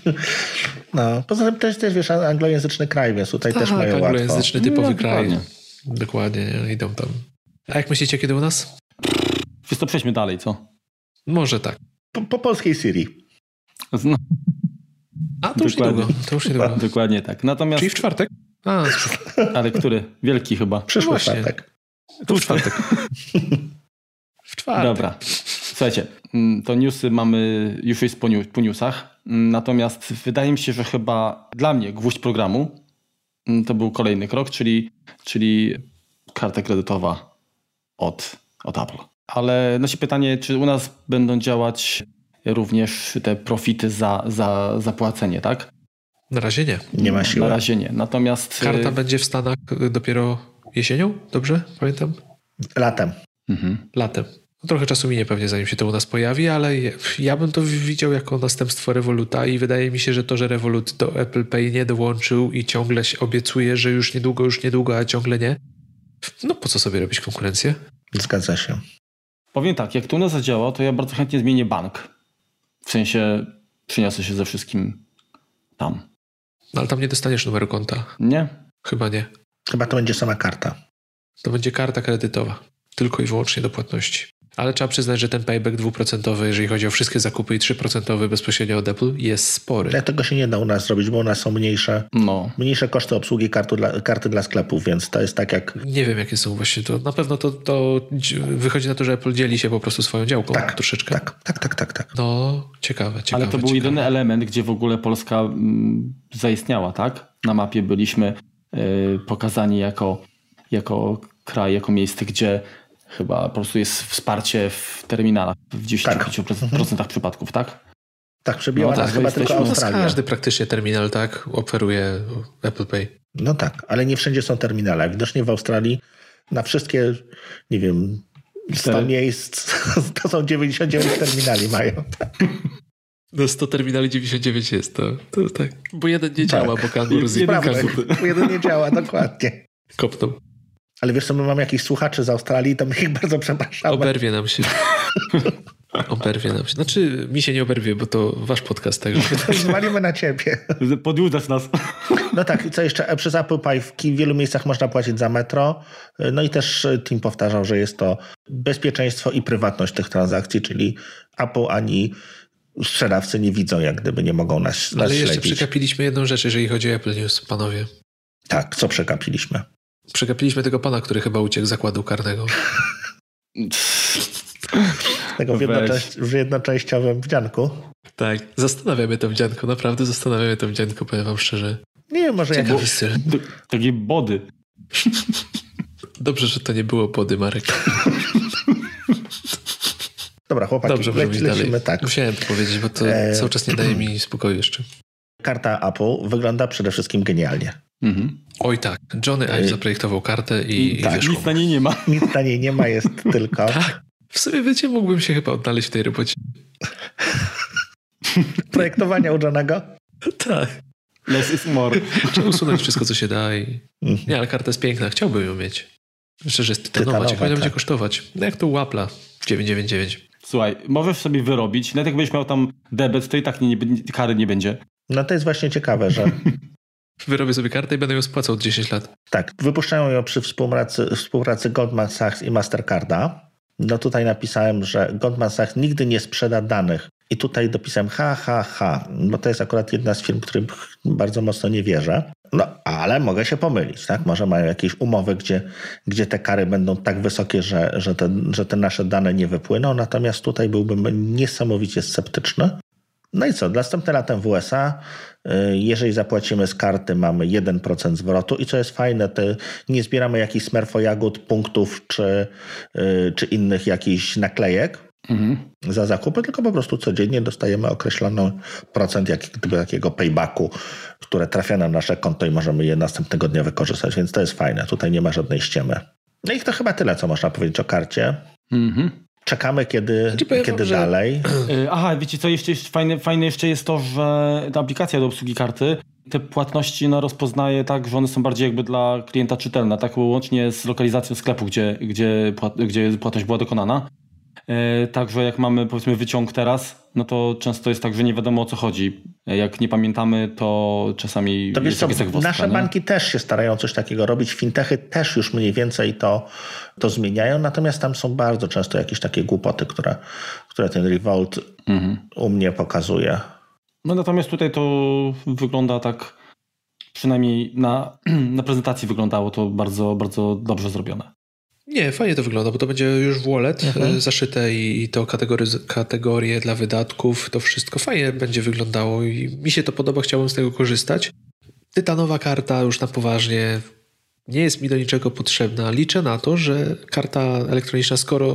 No, poza tym też, też wiesz, anglojęzyczny kraj, więc tutaj tak, też mają łatwo. anglojęzyczny typowy no, kraj. Dokładnie. dokładnie, idą tam. A jak myślicie, kiedy u nas? Więc to przejdźmy dalej, co? Może tak. Po, po polskiej Siri. No, A to już dokładnie. niedługo. To już niedługo. Dokładnie tak. Natomiast, Czyli w czwartek? A, ale który? Wielki chyba. Przyszły właśnie. czwartek. to w czwartek. W czwartek. Dobra. Słuchajcie, to newsy mamy, już jest po, news, po newsach. Natomiast wydaje mi się, że chyba dla mnie gwóźdź programu to był kolejny krok, czyli, czyli karta kredytowa od, od Apple. Ale no się pytanie, czy u nas będą działać również te profity za, za zapłacenie, tak? Na razie nie. Nie ma siły. Na razie nie. Natomiast Karta będzie w Stanach dopiero jesienią? Dobrze? Pamiętam? Latem. Mhm. Latem. Trochę czasu minie pewnie, zanim się to u nas pojawi, ale ja bym to widział jako następstwo Revoluta i wydaje mi się, że to, że Revolut do Apple Pay nie dołączył i ciągle się obiecuje, że już niedługo, już niedługo, a ciągle nie, no po co sobie robić konkurencję? Zgadza się. Powiem tak, jak to u nas zadziała, to ja bardzo chętnie zmienię bank. W sensie przyniosę się ze wszystkim tam. No ale tam nie dostaniesz numeru konta. Nie? Chyba nie. Chyba to będzie sama karta. To będzie karta kredytowa. Tylko i wyłącznie do płatności. Ale trzeba przyznać, że ten payback dwuprocentowy, jeżeli chodzi o wszystkie zakupy i trzy procent bezpośrednio od Apple, jest spory. Ja tego się nie da u nas zrobić, bo u nas są mniejsze, No. mniejsze koszty obsługi kartu dla, karty dla sklepów, więc to jest tak jak... Nie wiem, jakie są właśnie to. Na pewno to, to wychodzi na to, że Apple dzieli się po prostu swoją działką Tak, troszeczkę. tak, tak, tak, tak, tak. No, ciekawe, ciekawe. Ale to był ciekawe. jedyny element, gdzie w ogóle Polska mm, zaistniała, tak? Na mapie byliśmy y, pokazani jako, jako kraj, jako miejsce, gdzie chyba po prostu jest wsparcie w terminalach w dziewięćdziesięciu pięciu procentach Tak. przypadków, tak? Tak, przebiła No tak, nas chyba jesteśmy- tylko U nas Australia. każdy praktycznie terminal, tak, oferuje Apple Pay. No tak, ale nie wszędzie są terminale. Widocznie w Australii na wszystkie, nie wiem, sto Cztery. miejsc to są dziewięćdziesiąt dziewięć terminali mają. No sto terminali dziewięćdziesiąt dziewięć jest to, to tak. Bo jeden nie Tak. działa, bo kangur z Jeden jednym Prawda, kangur jeden nie działa, dokładnie. kopnął. Ale wiesz co, my mamy jakichś słuchaczy z Australii, to my ich bardzo przepraszamy. Oberwie nam się. Oberwie nam się. Znaczy, mi się nie oberwie, bo to wasz podcast, także... Zwalimy na ciebie. Podjudzasz nas. No tak, i co jeszcze? Przez Apple Pay w wielu miejscach można płacić za metro. No i też Tim powtarzał, że jest to bezpieczeństwo i prywatność tych transakcji, czyli Apple ani sprzedawcy nie widzą, jak gdyby nie mogą nas, nas Ale jeszcze śledzić. przegapiliśmy jedną rzecz, jeżeli chodzi o Apple News, panowie. Tak, co przegapiliśmy? Przegapiliśmy tego pana, który chyba uciekł z zakładu karnego. Tego w, Weź. jednoczęś- w jednoczęściowym wdzianku. Tak. Zastanawia mnie to wdzianko, naprawdę zastanawia mnie to wdzianko, powiem wam szczerze. Nie wiem, może jak... Ciekawy styl. Takie body. Dobrze, że to nie było pody, Marek. Dobra, chłopaki, Dobrze, możemy lec- iść lecimy dalej. tak. Musiałem to powiedzieć, bo to E, cały czas nie daje mi spokoju jeszcze. Karta Apple wygląda przede wszystkim genialnie. Mhm. Oj tak, Johnny Ive zaprojektował kartę i, i tak, wyszło. Nic na niej nie ma. Nic na niej nie ma, jest tylko Tak. W sumie wiecie, mógłbym się chyba odnaleźć w tej robocie. projektowania u Johnego. Tak. Less is more. Trzeba usunąć wszystko, co się da i... Mhm. Nie, ale karta jest piękna, chciałbym ją mieć. Myślę, że jest tytanowa. Tytanowa, Ciekawe, ile tak. będzie kosztować. No jak to u Apple'a w dziewięćset dziewięćdziesiąt dziewięć. Słuchaj, możesz sobie wyrobić, nawet jak będziesz miał tam debet, to i tak nie, nie, kary nie będzie. No to jest właśnie ciekawe, że... Wyrobię sobie kartę i będę ją spłacał dziesięć lat. Tak, wypuszczają ją przy współpracy, współpracy Goldman Sachs i Mastercarda. No tutaj napisałem, że Goldman Sachs nigdy nie sprzeda danych. I tutaj dopisałem ha, ha, ha, bo to jest akurat jedna z firm, którym bardzo mocno nie wierzę. No, ale mogę się pomylić, tak? Może mają jakieś umowy, gdzie, gdzie te kary będą tak wysokie, że, że, te, że te nasze dane nie wypłyną. Natomiast tutaj byłbym niesamowicie sceptyczny. No i co? Następnym latem w U S A, jeżeli zapłacimy z karty, mamy jeden procent zwrotu i co jest fajne, to nie zbieramy jakichś smerfojagód, punktów czy, czy innych jakichś naklejek mhm. za zakupy, tylko po prostu codziennie dostajemy określony procent jak gdyby takiego paybacku, które trafia na nasze konto i możemy je następnego dnia wykorzystać, więc to jest fajne. Tutaj nie ma żadnej ściemy. No i to chyba tyle, co można powiedzieć o karcie. Mhm. Czekamy, kiedy, kiedy wam, dalej. Że... Aha, wiecie co, jeszcze jest fajne, fajne jeszcze jest to, że ta aplikacja do obsługi karty te płatności no, rozpoznaje tak, że one są bardziej jakby dla klienta czytelne, tak łącznie z lokalizacją sklepu, gdzie, gdzie, płat, gdzie płatność była dokonana. E, Także jak mamy powiedzmy wyciąg teraz, no to często jest tak, że nie wiadomo o co chodzi. Jak nie pamiętamy, to czasami to jest co, zagwozdka, nasze nie? banki też się starają coś takiego robić. Fintechy też już mniej więcej to, to zmieniają, natomiast tam są bardzo często jakieś takie głupoty, które, które ten Revolt mhm. u mnie pokazuje. No natomiast tutaj to wygląda tak, przynajmniej na, na prezentacji wyglądało to bardzo, bardzo dobrze zrobione. Nie, fajnie to wygląda, bo to będzie już w wallet mhm. zaszyte i to kategory- kategorie dla wydatków, to wszystko fajnie będzie wyglądało i mi się to podoba, chciałbym z tego korzystać. Tytanowa karta już na poważnie nie jest mi do niczego potrzebna. Liczę na to, że karta elektroniczna, skoro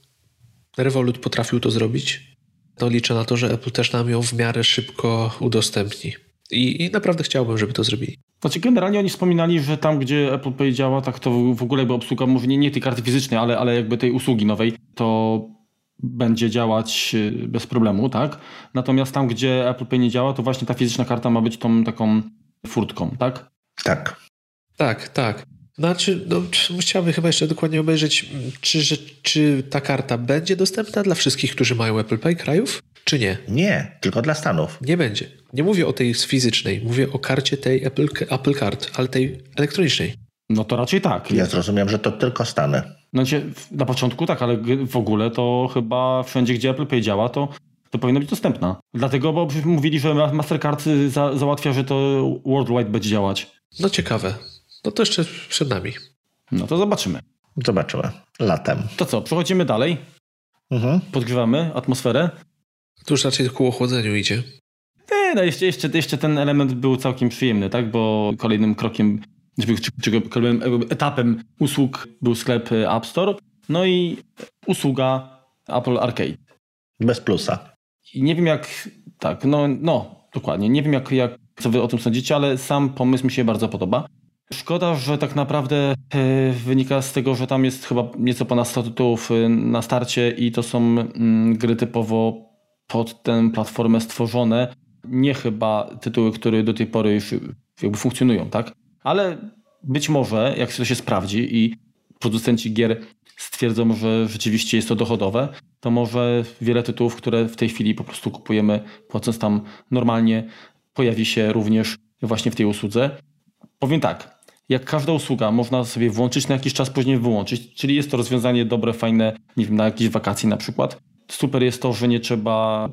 Revolut potrafił to zrobić, to liczę na to, że Apple też nam ją w miarę szybko udostępni. I, i naprawdę chciałbym, żeby to zrobili. Znaczy generalnie oni wspominali, że tam, gdzie Apple Pay działa, tak to w ogóle jakby obsługa, może nie, nie tej karty fizycznej, ale, ale jakby tej usługi nowej, to będzie działać bez problemu, tak? Natomiast tam, gdzie Apple Pay nie działa, to właśnie ta fizyczna karta ma być tą taką furtką, tak? Tak. Tak, tak. Znaczy, no, chciałbym chyba jeszcze dokładnie obejrzeć, czy, że, czy ta karta będzie dostępna dla wszystkich, którzy mają Apple Pay krajów, czy nie? Nie, tylko dla Stanów. Nie będzie. Nie mówię o tej fizycznej, mówię o karcie tej Apple, Apple Card, ale tej elektronicznej. No to raczej tak. Ja zrozumiałem, że to tylko Stany. Znaczy, na początku tak, ale w ogóle to chyba wszędzie, gdzie Apple Pay działa, to, to powinno być dostępna. Dlatego, bo mówili, że Mastercard za, załatwia, że to worldwide będzie działać. No ciekawe. No to jeszcze przed nami. No to zobaczymy. Zobaczymy. Latem. To co, przechodzimy dalej? Mhm. Podgrzewamy atmosferę? To już raczej ku ochłodzeniu idzie. Nie, no jeszcze, jeszcze, jeszcze ten element był całkiem przyjemny, tak? Bo kolejnym krokiem, czy, czy kolejnym etapem usług był sklep App Store, no i usługa Apple Arcade. Bez plusa. I nie wiem jak, tak, no, no dokładnie, nie wiem jak, jak co wy o tym sądzicie, ale sam pomysł mi się bardzo podoba. Szkoda, że tak naprawdę e, wynika z tego, że tam jest chyba nieco ponad sto tytułów na starcie i to są mm, gry typowo pod tę platformę stworzone. Nie chyba tytuły, które do tej pory już jakby funkcjonują, tak? Ale być może, jak to się sprawdzi i producenci gier stwierdzą, że rzeczywiście jest to dochodowe, to może wiele tytułów, które w tej chwili po prostu kupujemy, płacąc tam normalnie, pojawi się również właśnie w tej usłudze. Powiem tak, jak każda usługa można sobie włączyć na jakiś czas, później wyłączyć, czyli jest to rozwiązanie dobre, fajne, nie wiem, na jakieś wakacje na przykład. Super jest to, że nie trzeba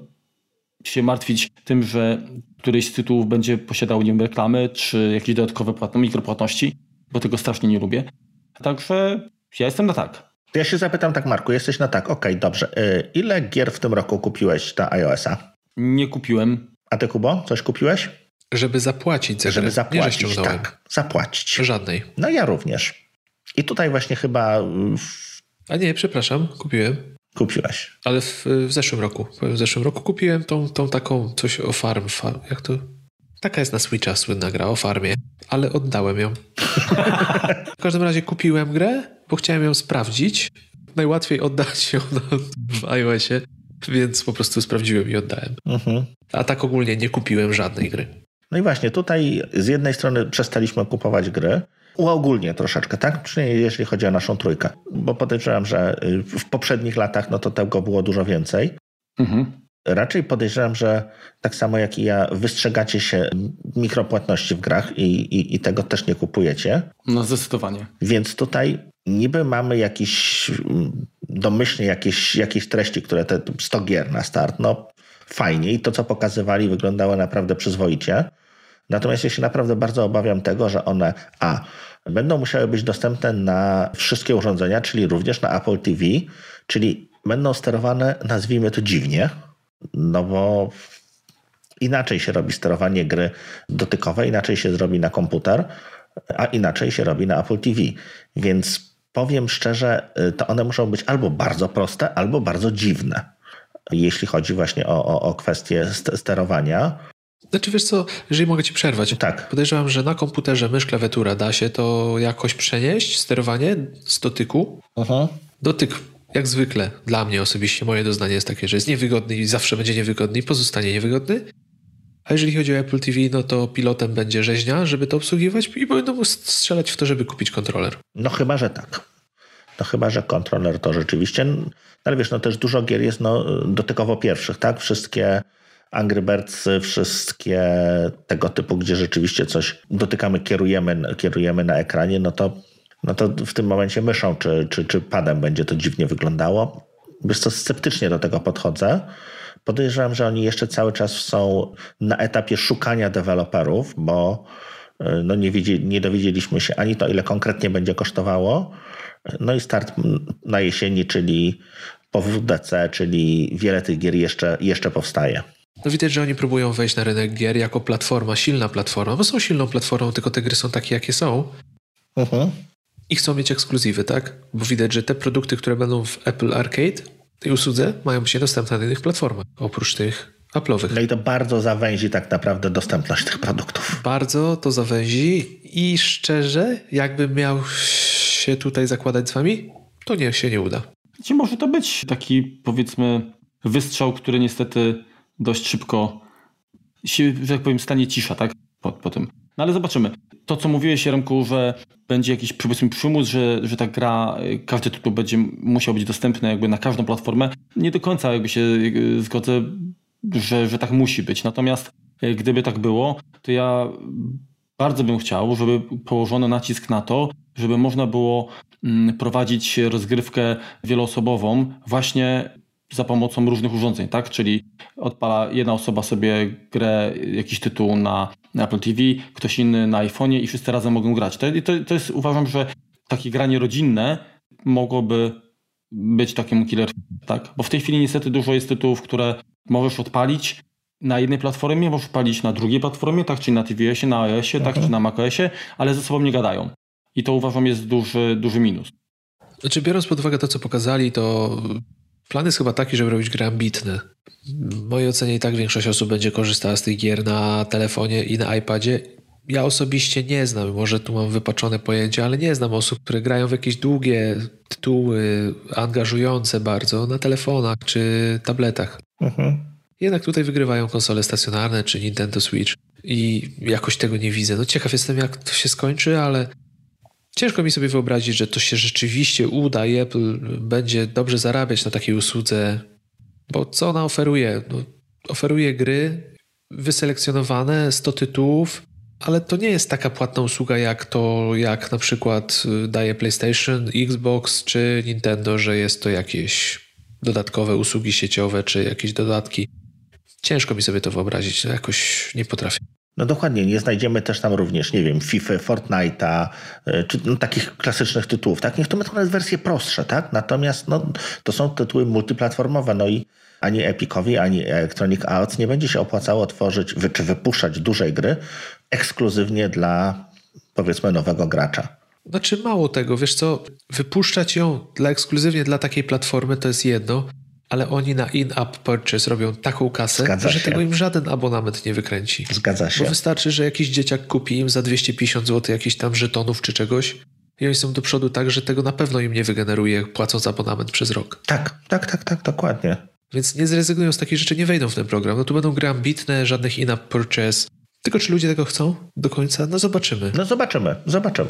się martwić tym, że któryś z tytułów będzie posiadał, nie wiem, reklamy, czy jakieś dodatkowe płatno, mikropłatności, bo tego strasznie nie lubię. Także ja jestem na tak. Ja się zapytam tak, Marku, jesteś na tak, okej, okay, dobrze. Ile gier w tym roku kupiłeś na iOS-a? Nie kupiłem. A ty, Kubo, coś kupiłeś? Żeby zapłacić za Żeby grę. zapłacić, nie, tak. Zapłacić. Żadnej. No ja również. I tutaj właśnie chyba... A nie, przepraszam, kupiłem. Kupiłeś. Ale w, w zeszłym roku. W zeszłym roku kupiłem tą, tą taką coś o farm, farm. Jak to? Taka jest na Switcha słynna gra o farmie, ale oddałem ją. W każdym razie kupiłem grę, bo chciałem ją sprawdzić. Najłatwiej oddać ją w iOSie, więc po prostu sprawdziłem i oddałem. Mhm. A tak ogólnie nie kupiłem żadnej gry. No i właśnie tutaj z jednej strony przestaliśmy kupować gry, Uogólnię troszeczkę, tak? Przynajmniej jeśli chodzi o naszą trójkę. Bo podejrzewam, że w poprzednich latach no to tego było dużo więcej. Mhm. Raczej podejrzewam, że tak samo jak i ja wystrzegacie się mikropłatności w grach i, i, i tego też nie kupujecie. No zdecydowanie. Więc tutaj niby mamy jakiś, domyślnie jakieś, jakieś treści, które te sto gier na start, no fajnie i to co pokazywali wyglądało naprawdę przyzwoicie. Natomiast ja się naprawdę bardzo obawiam tego, że one a, będą musiały być dostępne na wszystkie urządzenia, czyli również na Apple T V, czyli będą sterowane, nazwijmy to dziwnie, no bo inaczej się robi sterowanie gry dotykowe, inaczej się zrobi na komputer, a inaczej się robi na Apple T V. Więc powiem szczerze, to one muszą być albo bardzo proste, albo bardzo dziwne, jeśli chodzi właśnie o, o, o kwestię sterowania. Znaczy wiesz co, jeżeli mogę ci przerwać. Tak. Podejrzewam, że na komputerze mysz, klawiatura da się to jakoś przenieść, sterowanie z dotyku. Uh-huh. Dotyk, jak zwykle, dla mnie osobiście, moje doznanie jest takie, że jest niewygodny i zawsze będzie niewygodny i pozostanie niewygodny. A jeżeli chodzi o Apple T V, no to pilotem będzie rzeźnia, żeby to obsługiwać i będą mu strzelać w to, żeby kupić kontroler. No chyba, że tak. No chyba, że kontroler to rzeczywiście, no, ale wiesz, no też dużo gier jest no, dotykowo pierwszych, tak? Wszystkie Angry Birds, wszystkie tego typu, gdzie rzeczywiście coś dotykamy, kierujemy, kierujemy na ekranie, no to, no to w tym momencie myszą czy, czy, czy padem będzie to dziwnie wyglądało. Wiesz co, sceptycznie do tego podchodzę. Podejrzewam, że oni jeszcze cały czas są na etapie szukania deweloperów, bo no nie, wiedzieli, nie dowiedzieliśmy się ani to, ile konkretnie będzie kosztowało. No i start na jesieni, czyli po W D C, czyli wiele tych gier jeszcze, jeszcze powstaje. No widać, że oni próbują wejść na rynek gier jako platforma, silna platforma, bo są silną platformą, tylko te gry są takie, jakie są. Uh-huh. I chcą mieć ekskluzywy, tak? Bo widać, że te produkty, które będą w Apple Arcade, tej usłudze, mają być dostępne na innych platformach, oprócz tych Apple'owych. No i to bardzo zawęzi tak naprawdę dostępność tych produktów. Bardzo to zawęzi i szczerze, jakbym miał się tutaj zakładać z wami, to nie się nie uda. Gdzie może to być taki, powiedzmy, wystrzał, który niestety dość szybko się, że tak powiem, stanie cisza, tak? Po, po tym. No ale zobaczymy. To, co mówiłeś, Jaremku, że będzie jakiś, powiedzmy, przymus, że, że ta gra, każdy tytuł będzie musiał być dostępny jakby na każdą platformę. Nie do końca jakby się zgodzę, że, że tak musi być. Natomiast gdyby tak było, to ja bardzo bym chciał, żeby położono nacisk na to, żeby można było prowadzić rozgrywkę wieloosobową właśnie za pomocą różnych urządzeń, tak? Czyli odpala jedna osoba sobie grę, jakiś tytuł na, na Apple T V, ktoś inny na iPhone'ie i wszyscy razem mogą grać. To, to, to jest, uważam, że takie granie rodzinne mogłoby być takim killer, tak? Bo w tej chwili niestety dużo jest tytułów, które możesz odpalić na jednej platformie, możesz odpalić na drugiej platformie, tak? Czyli na tvOSie, na iOSie, tak? Czy na macOSie, ale ze sobą nie gadają. I to uważam jest duży, duży minus. Znaczy biorąc pod uwagę to, co pokazali, to plan jest chyba taki, żeby robić gry ambitne. W mojej ocenie i tak większość osób będzie korzystała z tych gier na telefonie i na iPadzie. Ja osobiście nie znam, może tu mam wypaczone pojęcie, ale nie znam osób, które grają w jakieś długie tytuły, angażujące bardzo na telefonach czy tabletach. Mhm. Jednak tutaj wygrywają konsole stacjonarne czy Nintendo Switch i jakoś tego nie widzę. No ciekaw jestem, jak to się skończy, ale ciężko mi sobie wyobrazić, że to się rzeczywiście uda i Apple będzie dobrze zarabiać na takiej usłudze, bo co ona oferuje? No, oferuje gry wyselekcjonowane, sto tytułów, ale to nie jest taka płatna usługa jak to, jak na przykład daje PlayStation, Xbox czy Nintendo, że jest to jakieś dodatkowe usługi sieciowe czy jakieś dodatki. Ciężko mi sobie to wyobrazić, no jakoś nie potrafię. No dokładnie, nie znajdziemy też tam również, nie wiem, FIFA, Fortnite'a, czy no, takich klasycznych tytułów, tak? Niech to będą nawet wersje prostsze, tak? Natomiast no, to są tytuły multiplatformowe, no i ani Epicowi, ani Electronic Arts nie będzie się opłacało tworzyć, wy, czy wypuszczać dużej gry ekskluzywnie dla, powiedzmy, nowego gracza. Znaczy mało tego, wiesz co, wypuszczać ją dla, ekskluzywnie dla takiej platformy to jest jedno, ale oni na in-app purchase robią taką kasę, Zgadza że się. tego im żaden abonament nie wykręci. Zgadza się. Bo wystarczy, że jakiś dzieciak kupi im za dwieście pięćdziesiąt złotych jakiś tam żetonów czy czegoś i oni są do przodu tak, że tego na pewno im nie wygeneruje, płacąc abonament przez rok. Tak, tak, tak, tak, dokładnie. Więc nie zrezygnują z takich rzeczy, nie wejdą w ten program. No tu będą gry ambitne, żadnych in-app purchase. Tylko czy ludzie tego chcą do końca? No zobaczymy. No zobaczymy, zobaczymy.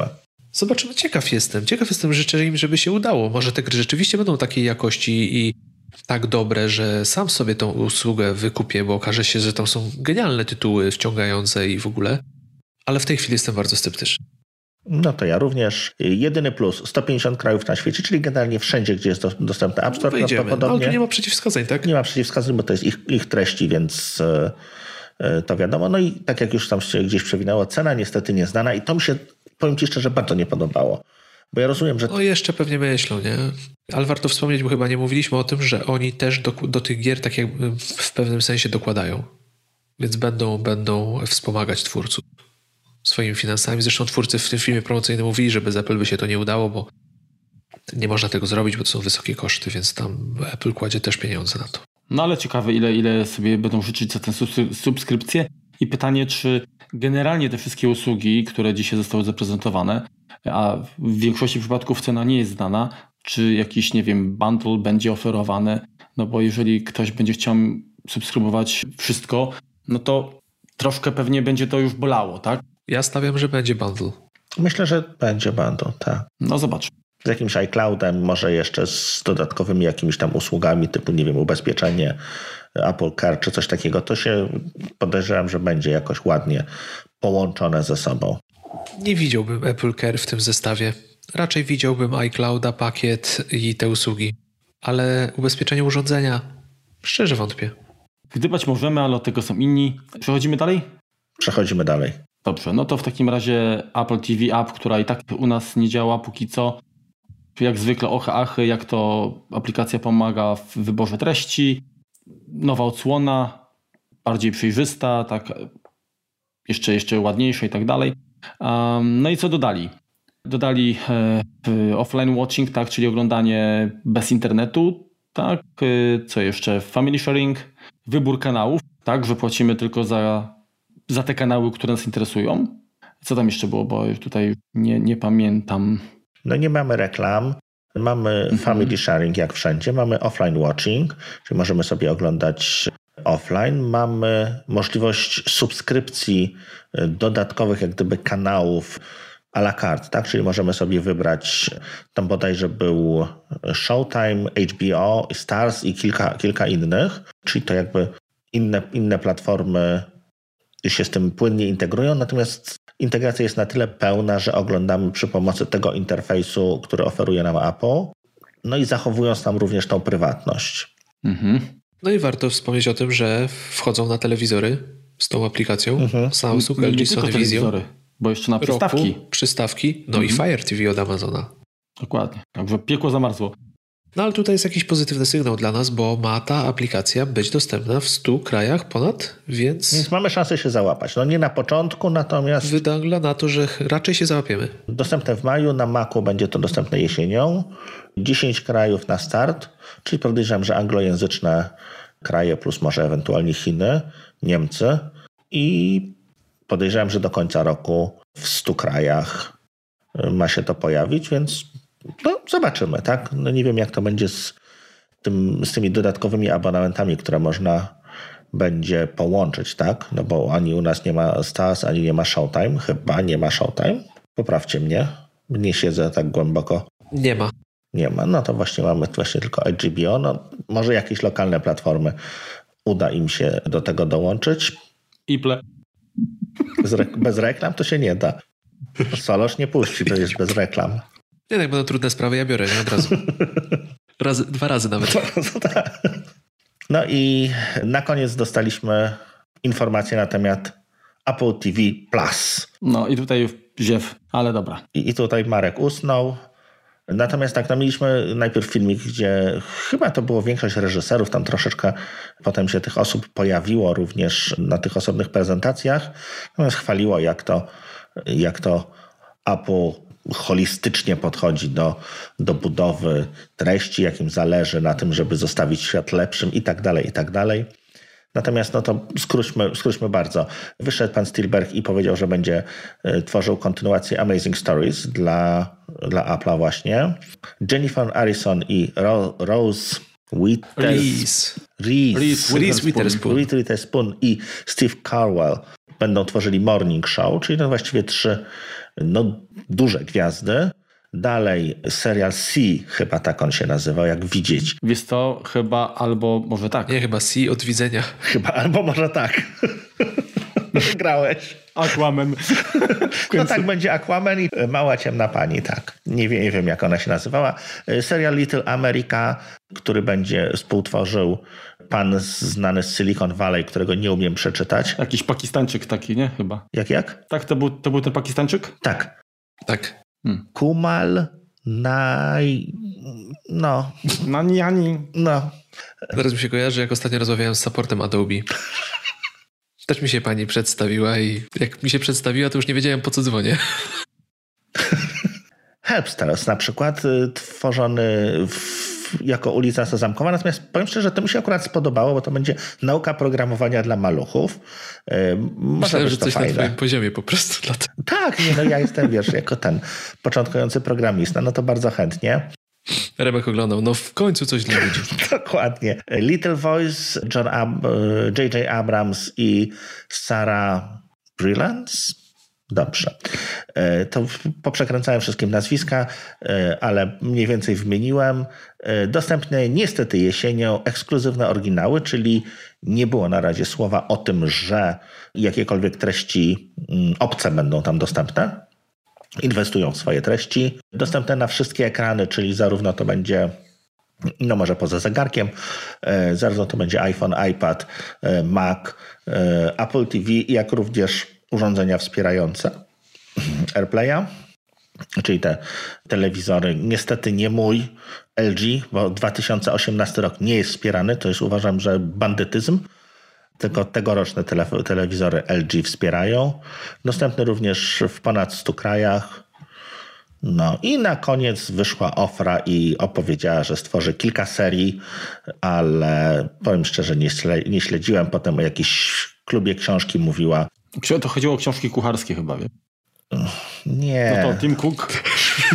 Zobaczymy, ciekaw jestem. Ciekaw jestem, życzę im, żeby się udało. Może te gry rzeczywiście będą takiej jakości i tak dobre, że sam sobie tą usługę wykupię, bo okaże się, że tam są genialne tytuły wciągające i w ogóle. Ale w tej chwili jestem bardzo sceptyczny. No to ja również. Jedyny plus, sto pięćdziesiąt krajów na świecie, czyli generalnie wszędzie, gdzie jest dostępny App Store. No wejdziemy, prawdopodobnie. ale tu nie ma przeciwwskazań, tak? Nie ma przeciwwskazań, bo to jest ich, ich treści, więc to wiadomo. No i tak jak już tam się gdzieś przewinęło, cena niestety nieznana i to mi się, powiem Ci szczerze, bardzo nie podobało. Bo ja rozumiem, że... No jeszcze pewnie myślą, nie? Ale warto wspomnieć, bo chyba nie mówiliśmy o tym, że oni też do, do tych gier tak jakby w pewnym sensie dokładają. Więc będą, będą wspomagać twórców swoimi finansami. Zresztą twórcy w tym filmie promocyjnym mówili, że bez Apple by się to nie udało, bo nie można tego zrobić, bo to są wysokie koszty, więc tam Apple kładzie też pieniądze na to. No ale ciekawe, ile, ile sobie będą życzyć za tę subskrypcję i pytanie, czy generalnie te wszystkie usługi, które dzisiaj zostały zaprezentowane, a w większości przypadków cena nie jest znana, czy jakiś, nie wiem, bundle będzie oferowany, no bo jeżeli ktoś będzie chciał subskrybować wszystko, no to troszkę pewnie będzie to już bolało, tak? Ja stawiam, że będzie bundle. Myślę, że będzie bundle, tak. No zobacz. Z jakimś iCloudem, może jeszcze z dodatkowymi jakimiś tam usługami typu, nie wiem, ubezpieczenie, Apple Care czy coś takiego, to się podejrzewam, że będzie jakoś ładnie połączone ze sobą. Nie widziałbym Apple Care w tym zestawie. Raczej widziałbym iClouda, pakiet i te usługi. Ale ubezpieczenie urządzenia szczerze wątpię. Gdybać możemy, ale od tego są inni. Przechodzimy dalej? Przechodzimy dalej. Dobrze, no to w takim razie Apple T V App, która i tak u nas nie działa póki co. Jak zwykle ochy achy, jak to aplikacja pomaga w wyborze treści. Nowa odsłona, bardziej przejrzysta, tak jeszcze, jeszcze ładniejsza i tak dalej. Um, no i co dodali? Dodali e, offline watching, tak, czyli oglądanie bez internetu, tak, e, co jeszcze? Family sharing, wybór kanałów, tak, że płacimy tylko za, za te kanały, które nas interesują. Co tam jeszcze było, bo tutaj nie, nie pamiętam. No nie mamy reklam, mamy mhm. family sharing jak wszędzie, mamy offline watching, czyli możemy sobie oglądać offline, mamy możliwość subskrypcji dodatkowych jak gdyby kanałów à la carte, tak? Czyli możemy sobie wybrać, tam bodajże był Showtime, H B O, Stars i kilka, kilka innych, czyli to jakby inne, inne platformy się z tym płynnie integrują, natomiast integracja jest na tyle pełna, że oglądamy przy pomocy tego interfejsu, który oferuje nam Apple, no i zachowując tam również tą prywatność. Mhm. No i warto wspomnieć o tym, że wchodzą na telewizory z tą aplikacją. Mhm. Samsung, nie, L G, nie Sony tylko Vision. telewizory, bo jeszcze na przystawki. Roku, przystawki, no mhm. i Fire T V od Amazona. Dokładnie, także piekło zamarzło. No ale tutaj jest jakiś pozytywny sygnał dla nas, bo ma ta aplikacja być dostępna w stu krajach ponad, więc... Więc mamy szansę się załapać. No nie na początku, natomiast... Wygląda na to, że raczej się załapiemy. Dostępne w maju, na Macu będzie to dostępne jesienią. dziesięć krajów na start, czyli podejrzewam, że anglojęzyczne kraje plus może ewentualnie Chiny, Niemcy i podejrzewam, że do końca roku w stu krajach ma się to pojawić, więc no, zobaczymy, tak? No, nie wiem, jak to będzie z, tym, z tymi dodatkowymi abonamentami, które można będzie połączyć, tak? No bo ani u nas nie ma Stars, ani nie ma Showtime. Chyba nie ma Showtime. Poprawcie mnie. Nie siedzę tak głęboko. Nie ma. Nie ma. No to właśnie mamy właśnie tylko H B O. No, może jakieś lokalne platformy uda im się do tego dołączyć. Iple. Bez, re- bez reklam to się nie da. Solosz nie puści, to jest bez reklam. Nie, jak będą trudne sprawy, ja biorę, nie od razu. Razy, dwa razy nawet. No i na koniec dostaliśmy informację na temat Apple T V Plus. No i tutaj ziew, ale dobra. I, i tutaj Marek usnął. Natomiast tak, no mieliśmy najpierw filmik, gdzie chyba to było większość reżyserów, tam troszeczkę potem się tych osób pojawiło również na tych osobnych prezentacjach. Natomiast chwaliło, jak to, jak to Apple holistycznie podchodzi do, do budowy treści, jak im zależy na tym, żeby zostawić świat lepszym i tak dalej, i tak dalej. Natomiast no to skróćmy, skróćmy bardzo. Wyszedł pan Spielberg i powiedział, że będzie tworzył kontynuację Amazing Stories dla, dla Apple'a właśnie. Jennifer Aniston i Ro, Rose Witherspoon. Reese. Reese Witherspoon. Reese Witherspoon i Steve Carell będą tworzyli Morning Show, czyli to właściwie trzy no, duże gwiazdy. Dalej serial C, chyba tak on się nazywał, jak widzieć. Wiesz to chyba albo może tak. Nie, chyba C od widzenia. Chyba albo może tak. Grałeś. Aquaman. No tak, będzie Aquaman i Mała Ciemna Pani, tak. Nie wiem, nie wiem, jak ona się nazywała. Serial Little America, który będzie współtworzył pan znany z Silicon Valley, którego nie umiem przeczytać. Jakiś Pakistańczyk taki, nie? Chyba. Jak, jak? Tak, to był, to był ten Pakistańczyk? Tak. Tak. Hmm. Kumal Naj... No. Nani, ani. No. Teraz mi się kojarzy, jak ostatnio rozmawiałem z supportem Adobe. Też mi się pani przedstawiła i jak mi się przedstawiła, to już nie wiedziałem, po co dzwonię. Helpsters na przykład, y, tworzony w, jako ulica Sezamkowa, natomiast powiem szczerze, że to mi się akurat spodobało, bo to będzie nauka programowania dla maluchów. Y, Myślałem, że to coś fajne. na twoim poziomie po prostu. Dlatego. Tak, nie, no ja jestem, wiesz, jako ten początkujący programista, no to bardzo chętnie. Remek oglądał, no w końcu coś dla ludzi. Dokładnie. Little Voice, John Ab- J J Abrams i Sarah Brillance. Dobrze. To poprzekręcałem wszystkim nazwiska, ale mniej więcej wymieniłem. Dostępne niestety jesienią ekskluzywne oryginały, czyli nie było na razie słowa o tym, że jakiekolwiek treści obce będą tam dostępne. Inwestują w swoje treści. Dostępne na wszystkie ekrany, czyli zarówno to będzie, no może poza zegarkiem, zarówno to będzie iPhone, iPad, Mac, Apple T V, jak również urządzenia wspierające AirPlaya, czyli te telewizory. Niestety nie mój L G, bo dwa tysiące osiemnasty rok nie jest wspierany. To jest, uważam, że bandytyzm. Tylko tegoroczne tele- telewizory L G wspierają. Dostępny również w ponad stu krajach. No i na koniec wyszła Ofra i opowiedziała, że stworzy kilka serii, ale powiem szczerze, nie, śle- nie śledziłem. Potem o jakiejś klubie książki mówiła. To chodziło o książki kucharskie chyba, wie? Nie. No to Tim Cook.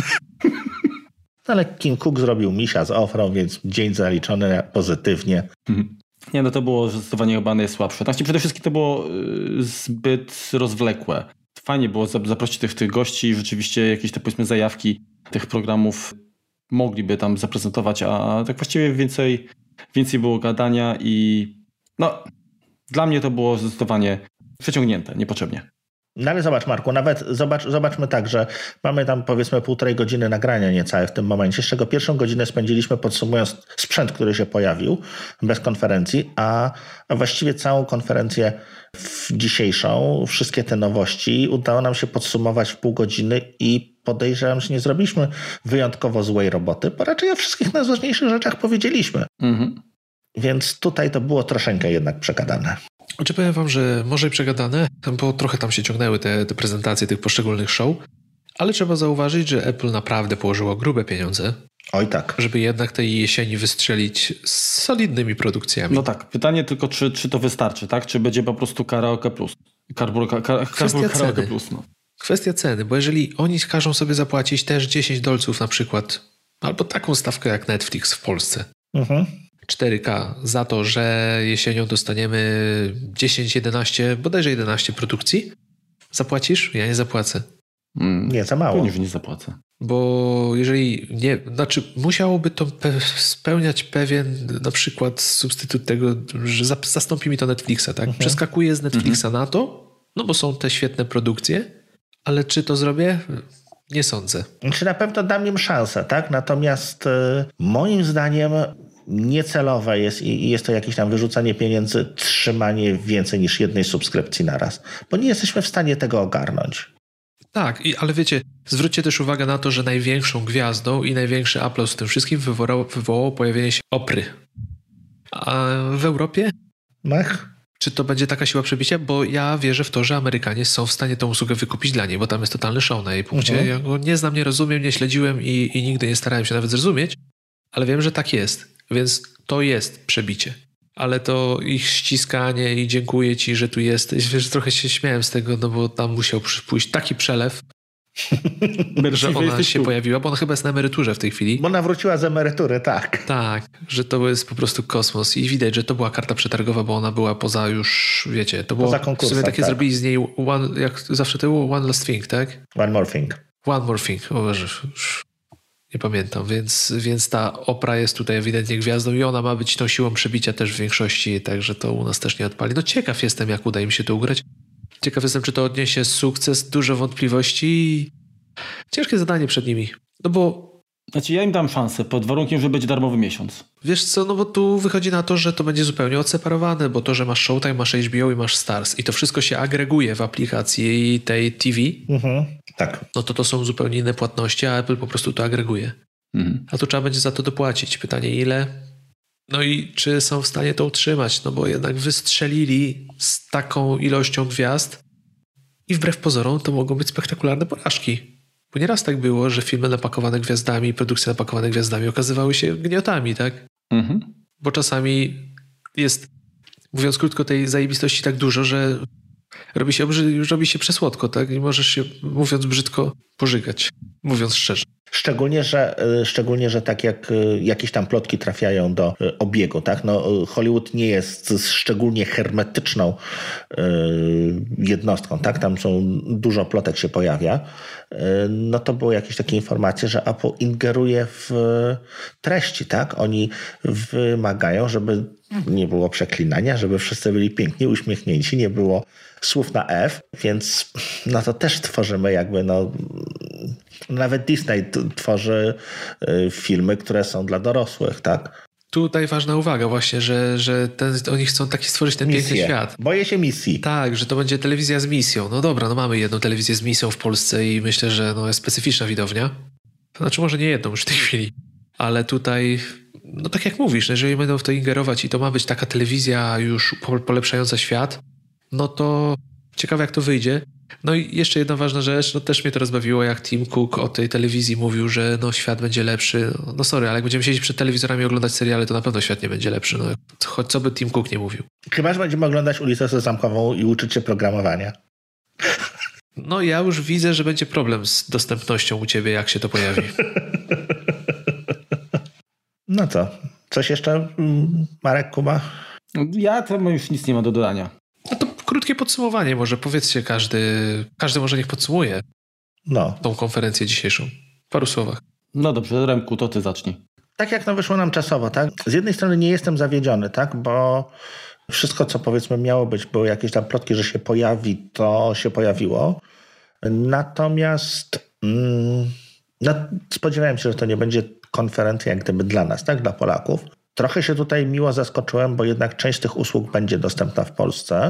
No ale Tim Cook zrobił misia z Ofrą, więc dzień zaliczony pozytywnie. Mhm. Nie, no to było zdecydowanie chyba najsłabsze. Znaczy przede wszystkim to było y, zbyt rozwlekłe. Fajnie było zaprosić tych, tych gości, rzeczywiście jakieś te powiedzmy zajawki tych programów mogliby tam zaprezentować, a tak właściwie więcej, więcej było gadania i no dla mnie to było zdecydowanie przeciągnięte, niepotrzebnie. No ale zobacz, Marku, nawet zobacz, zobaczmy tak, że mamy tam powiedzmy półtorej godziny nagrania niecałe w tym momencie, z czego pierwszą godzinę spędziliśmy podsumując sprzęt, który się pojawił bez konferencji, a, a właściwie całą konferencję w dzisiejszą, wszystkie te nowości udało nam się podsumować w pół godziny i podejrzewam, że nie zrobiliśmy wyjątkowo złej roboty, bo raczej o wszystkich najważniejszych rzeczach powiedzieliśmy. Mhm. Więc tutaj to było troszeczkę jednak przegadane. Czy powiem wam, że może i przegadane, bo trochę tam się ciągnęły te, te prezentacje tych poszczególnych show, ale trzeba zauważyć, że Apple naprawdę położyło grube pieniądze. Oj tak. Żeby jednak tej jesieni wystrzelić z solidnymi produkcjami. No tak, pytanie tylko, czy, czy to wystarczy, tak? Czy będzie po prostu Karaoke Plus? Karbur, ka, ka, Kwestia Karaoke ceny. Plus, no. Kwestia ceny, bo jeżeli oni każą sobie zapłacić też dziesięć dolców na przykład, albo taką stawkę jak Netflix w Polsce, mhm. cztery K za to, że jesienią dostaniemy dziesięć, jedenaście, bodajże jedenaście produkcji, zapłacisz? Ja nie zapłacę. Mm, nie, za mało. Pewnie, że nie zapłacę. Bo jeżeli nie, znaczy musiałoby to pe- spełniać pewien na przykład substytut tego, że za- zastąpi mi to Netflixa, tak? Mhm. Przeskakuję z Netflixa mhm. na to, no bo są te świetne produkcje, ale czy to zrobię? Nie sądzę. Czy na pewno dam im szansę, tak? Natomiast y, moim zdaniem niecelowe jest i jest to jakieś tam wyrzucanie pieniędzy, trzymanie więcej niż jednej subskrypcji na raz, bo nie jesteśmy w stanie tego ogarnąć. Tak, i, ale wiecie, zwróćcie też uwagę na to, że największą gwiazdą i największy aplauz w tym wszystkim wywołało, wywołało pojawienie się Opry. A w Europie? Mech? Czy to będzie taka siła przebicia? Bo ja wierzę w to, że Amerykanie są w stanie tą usługę wykupić dla niej, bo tam jest totalny show na jej punkcie. Mhm. Ja go nie znam, nie rozumiem, nie śledziłem i, i nigdy nie starałem się nawet zrozumieć, ale wiem, że tak jest. Więc to jest przebicie. Ale to ich ściskanie i dziękuję ci, że tu jesteś. Wiesz, trochę się śmiałem z tego, no bo tam musiał pójść taki przelew. że ona się tu. pojawiła, bo ona chyba jest na emeryturze w tej chwili. Bo ona wróciła z emerytury, tak. Tak, że to jest po prostu kosmos i widać, że to była karta przetargowa, bo ona była poza już, wiecie, to było, poza konkursem, w sumie takie tak. zrobili z niej, one, jak zawsze to było, one last thing, tak? One more thing. One more thing, o, już nie pamiętam, więc, więc ta Oprah jest tutaj ewidentnie gwiazdą i ona ma być tą siłą przebicia też w większości, także to u nas też nie odpali. No ciekaw jestem, jak uda im się to ugrać. Ciekaw jestem, czy to odniesie sukces, dużo wątpliwości. Ciężkie zadanie przed nimi. No bo... Znaczy ja im dam szansę, pod warunkiem, że będzie darmowy miesiąc. Wiesz co, no bo tu wychodzi na to, że to będzie zupełnie odseparowane, bo to, że masz Showtime, masz H B O i masz Stars i to wszystko się agreguje w aplikacji tej T V, mhm, tak. No to to są zupełnie inne płatności, a Apple po prostu to agreguje. Mhm. A tu trzeba będzie za to dopłacić. Pytanie ile? No i czy są w stanie to utrzymać? No bo jednak wystrzelili z taką ilością gwiazd i wbrew pozorom to mogą być spektakularne porażki. Bo nieraz tak było, że filmy napakowane gwiazdami, produkcje napakowane gwiazdami okazywały się gniotami, tak? Mhm. Bo czasami jest, mówiąc krótko, tej zajebistości tak dużo, że robi się, już robi się przesłodko, tak? I możesz się, mówiąc brzydko, pożygać. Mówiąc szczerze. Szczególnie, że, szczególnie, że tak jak jakieś tam plotki trafiają do obiegu, tak? No, Hollywood nie jest szczególnie hermetyczną jednostką, tak? Tam są dużo plotek się pojawia. No to były jakieś takie informacje, że Apple ingeruje w treści, tak? Oni wymagają, żeby nie było przeklinania, żeby wszyscy byli pięknie uśmiechnięci, nie było słów na F, więc no to też tworzymy jakby no nawet Disney t- tworzy y, filmy, które są dla dorosłych, tak? Tutaj ważna uwaga właśnie, że, że ten, oni chcą taki stworzyć ten Misję. piękny świat. Boję się misji. Tak, że to będzie telewizja z misją. No dobra, no mamy jedną telewizję z misją w Polsce i myślę, że no jest specyficzna widownia. To znaczy może nie jedną już w tej chwili, ale tutaj no tak jak mówisz, jeżeli będą w to ingerować i to ma być taka telewizja już polepszająca świat, no to ciekawe jak to wyjdzie. No i jeszcze jedna ważna rzecz, no też mnie to rozbawiło, jak Tim Cook o tej telewizji mówił, że no świat będzie lepszy. No sorry, ale jak będziemy siedzieć przed telewizorami i oglądać seriale, to na pewno świat nie będzie lepszy. No, choć co by Tim Cook nie mówił. Chyba, że będziemy oglądać Ulicę Sezamkową i uczyć się programowania. No ja już widzę, że będzie problem z dostępnością u ciebie, jak się to pojawi. No co? Coś jeszcze, Marek, Kuba? Ja tam już nic nie mam do dodania. No to krótkie podsumowanie może. Powiedzcie każdy, każdy może niech podsumuje no. tą konferencję dzisiejszą. W paru słowach. No dobrze, Remku, to ty zacznij. Tak jak no wyszło nam czasowo, tak? Z jednej strony nie jestem zawiedziony, tak? Bo wszystko, co powiedzmy miało być, były jakieś tam plotki, że się pojawi, to się pojawiło. Natomiast mm, no, spodziewałem się, że to nie będzie konferencja jak gdyby dla nas, tak? Dla Polaków. Trochę się tutaj miło zaskoczyłem, bo jednak część tych usług będzie dostępna w Polsce.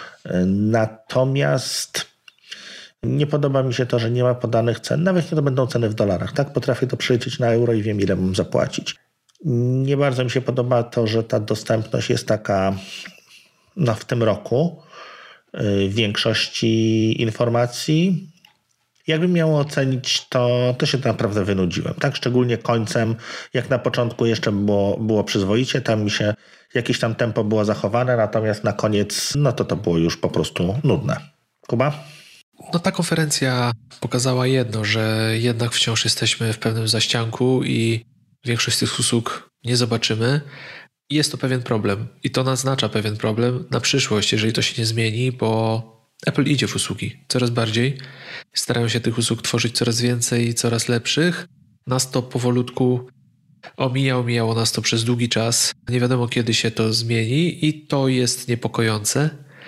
Natomiast nie podoba mi się to, że nie ma podanych cen. Nawet nie to będą ceny w dolarach. Tak, potrafię to przeliczyć na euro i wiem, ile mam zapłacić. Nie bardzo mi się podoba to, że ta dostępność jest taka no, w tym roku w większości informacji. Jakbym miał ocenić, to, to się naprawdę wynudziłem. Tak, szczególnie końcem, jak na początku jeszcze było, było przyzwoicie, tam mi się jakieś tam tempo było zachowane, natomiast na koniec, no to to było już po prostu nudne. Kuba? No ta konferencja pokazała jedno, że jednak wciąż jesteśmy w pewnym zaścianku i większość z tych usług nie zobaczymy. Jest to pewien problem i to naznacza pewien problem na przyszłość, jeżeli to się nie zmieni, bo Apple idzie w usługi coraz bardziej. Starają się tych usług tworzyć coraz więcej i coraz lepszych. Nas to powolutku omija, omijało nas to przez długi czas. Nie wiadomo, kiedy się to zmieni i to jest niepokojące.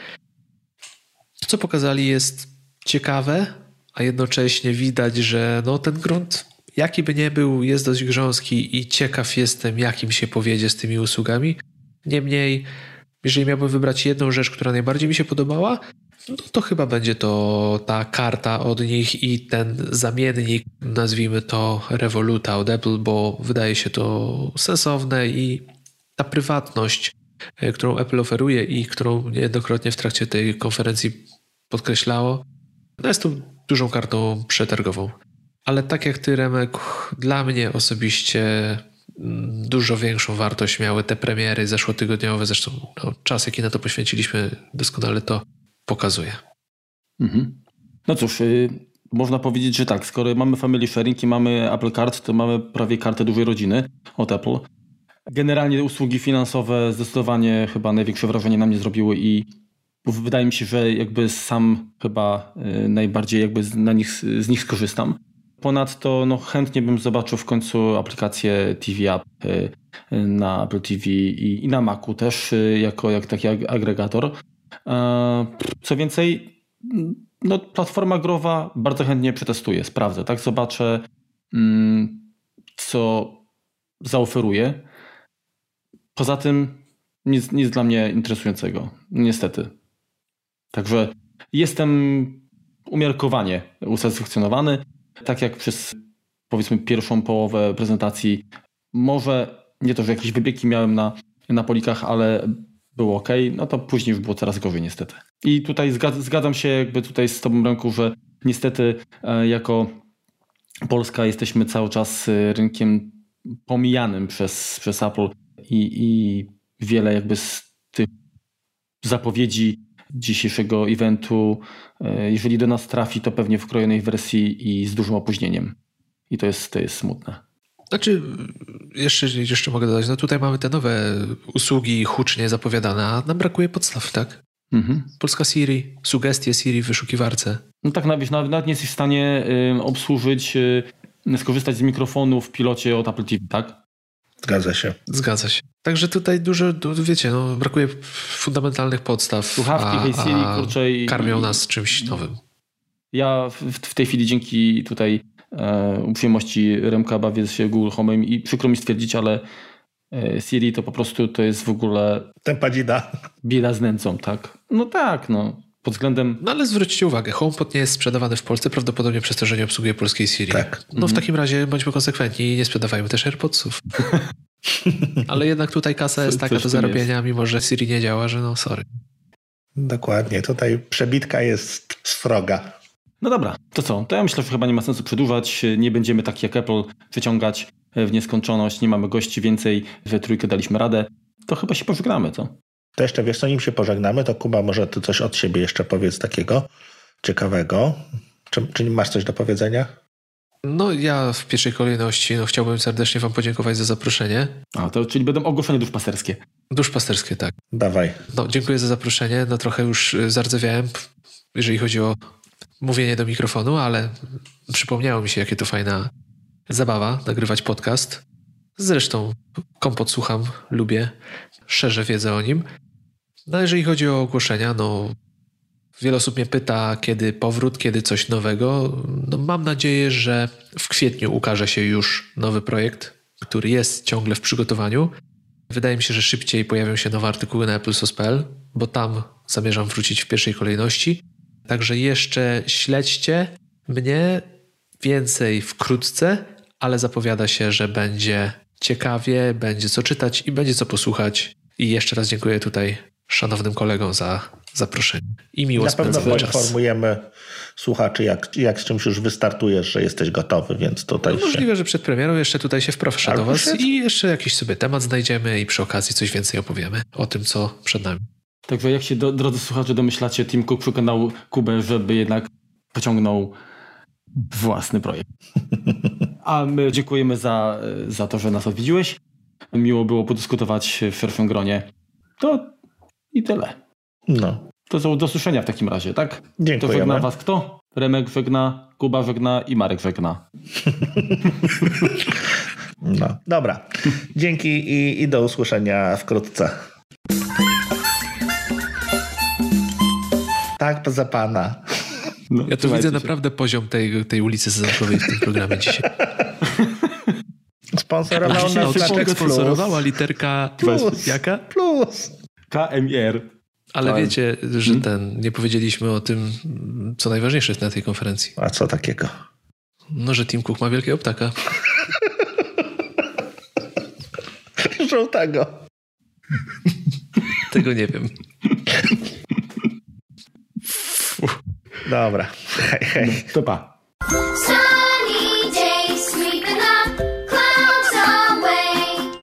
To, co pokazali, jest ciekawe, a jednocześnie widać, że no, ten grunt, jaki by nie był, jest dość grząski i ciekaw jestem, jakim się powiedzie z tymi usługami. Niemniej, jeżeli miałbym wybrać jedną rzecz, która najbardziej mi się podobała, no to chyba będzie to ta karta od nich i ten zamiennik, nazwijmy to Revoluta od Apple, bo wydaje się to sensowne i ta prywatność, którą Apple oferuje i którą niejednokrotnie w trakcie tej konferencji podkreślało, no jest to dużą kartą przetargową. Ale tak jak ty, Remek, dla mnie osobiście dużo większą wartość miały te premiery zeszłotygodniowe, zresztą no, czas, jaki na to poświęciliśmy, doskonale to pokazuje. Mhm. No cóż, y, można powiedzieć, że tak, skoro mamy family sharing i mamy Apple Card, to mamy prawie kartę dużej rodziny od Apple. Generalnie usługi finansowe zdecydowanie chyba największe wrażenie na mnie zrobiły i wydaje mi się, że jakby sam chyba najbardziej jakby na nich, z nich skorzystam. Ponadto no, chętnie bym zobaczył w końcu aplikację T V App na Apple T V i, i na Macu też jako jak taki agregator. Co więcej, no, platforma growa bardzo chętnie przetestuję, sprawdzę, tak, zobaczę co zaoferuje. Poza tym nic, nic dla mnie interesującego, niestety. Także jestem umiarkowanie usatysfakcjonowany. Tak jak przez powiedzmy pierwszą połowę prezentacji, może nie to, że jakieś wybiegi miałem na, na polikach, ale było ok, no to później już było coraz gorzej niestety. I tutaj zgadzam, zgadzam się jakby tutaj z tobą, Remku, że niestety e, jako Polska jesteśmy cały czas rynkiem pomijanym przez, przez Apple i, i wiele jakby z tych zapowiedzi dzisiejszego eventu, jeżeli do nas trafi, to pewnie w krojonej wersji i z dużym opóźnieniem. I to jest, to jest smutne. Znaczy, jeszcze, jeszcze mogę dodać, no tutaj mamy te nowe usługi hucznie zapowiadane, a nam brakuje podstaw, tak? Mhm. Polska Siri, sugestie Siri w wyszukiwarce. No tak, nawet, nawet nie jesteś w stanie y, obsłużyć, y, skorzystać z mikrofonu w pilocie od Apple T V, tak? Zgadza się. Zgadza się. Także tutaj dużo, wiecie, no, brakuje fundamentalnych podstaw. Słuchawki, Hey Siri, kurczę. I, karmią nas czymś nowym. Ja w, w tej chwili dzięki tutaj e, uprzejmości Remka bawię się Google Home'em i przykro mi stwierdzić, ale e, Siri to po prostu to jest w ogóle... Tempa dzida. Bieda z nędzą, tak? No tak, no. Pod względem... No ale zwróćcie uwagę, HomePod nie jest sprzedawany w Polsce prawdopodobnie przez to, że nie obsługuje polskiej Siri. Tak. No w mhm. takim razie bądźmy konsekwentni i nie sprzedawajmy też AirPodsów. Ale jednak tutaj kasa jest taka do zarobienia, jest. Mimo że Siri nie działa, że no sorry. Dokładnie, tutaj przebitka jest sroga. No dobra, to co? To ja myślę, że chyba nie ma sensu przedłużać. Nie będziemy tak jak Apple wyciągać w nieskończoność. Nie mamy gości więcej, we trójkę daliśmy radę. To chyba się pożegnamy, co? To jeszcze wiesz, co nim się pożegnamy, to Kuba, może ty coś od siebie jeszcze powiedz takiego ciekawego. Czy, czy masz coś do powiedzenia? No ja w pierwszej kolejności no, chciałbym serdecznie wam podziękować za zaproszenie. A, to czyli będą ogłoszenia duszpasterskie. Duszpasterskie, tak. Dawaj. No dziękuję za zaproszenie. No trochę już zardzewiałem, jeżeli chodzi o mówienie do mikrofonu, ale przypomniało mi się, jakie to fajna zabawa, nagrywać podcast. Zresztą Kompot słucham, lubię, szerzę wiedzę o nim. No jeżeli chodzi o ogłoszenia, no wiele osób mnie pyta, kiedy powrót, kiedy coś nowego. No mam nadzieję, że w kwietniu ukaże się już nowy projekt, który jest ciągle w przygotowaniu. Wydaje mi się, że szybciej pojawią się nowe artykuły na applesos kropka p l, bo tam zamierzam wrócić w pierwszej kolejności. Także jeszcze śledźcie mnie, więcej wkrótce, ale zapowiada się, że będzie ciekawie, będzie co czytać i będzie co posłuchać. I jeszcze raz dziękuję tutaj szanownym kolegom za zaproszenie. I miło spędzony czas. Na pewno poinformujemy słuchaczy, jak, jak z czymś już wystartujesz, że jesteś gotowy, więc tutaj no, się... Możliwe, że przed premierą jeszcze tutaj się wproszę do was przed... i jeszcze jakiś sobie temat znajdziemy i przy okazji coś więcej opowiemy o tym, co przed nami. Także jak się, do, drodzy słuchacze, domyślacie, Tim Cook przekonał Kubę, żeby jednak pociągnął własny projekt. A my dziękujemy za, za to, że nas odwiedziłeś. Miło było podyskutować w szerszym gronie. To i tyle. No. To są do słyszenia w takim razie, tak? Dziękujemy. To żegna was kto? Remek żegna, Kuba żegna i Marek żegna. No, dobra. Dzięki i, i do usłyszenia wkrótce. Tak, poza pana. No, ja tu widzę się. Naprawdę poziom tej, tej ulicy Sezamkowej w tym programie dzisiaj. Sponsorowała nas znaczek sponsorowała literka plus. Jaka? Plus. K M I R. Ale tak. Wiecie, że hmm? ten nie powiedzieliśmy o tym, co najważniejsze na tej konferencji. A co takiego? No, że Tim Cook ma wielkiego ptaka. Żółtego. Tego nie wiem. Dobra. Hej, hej. No, to pa.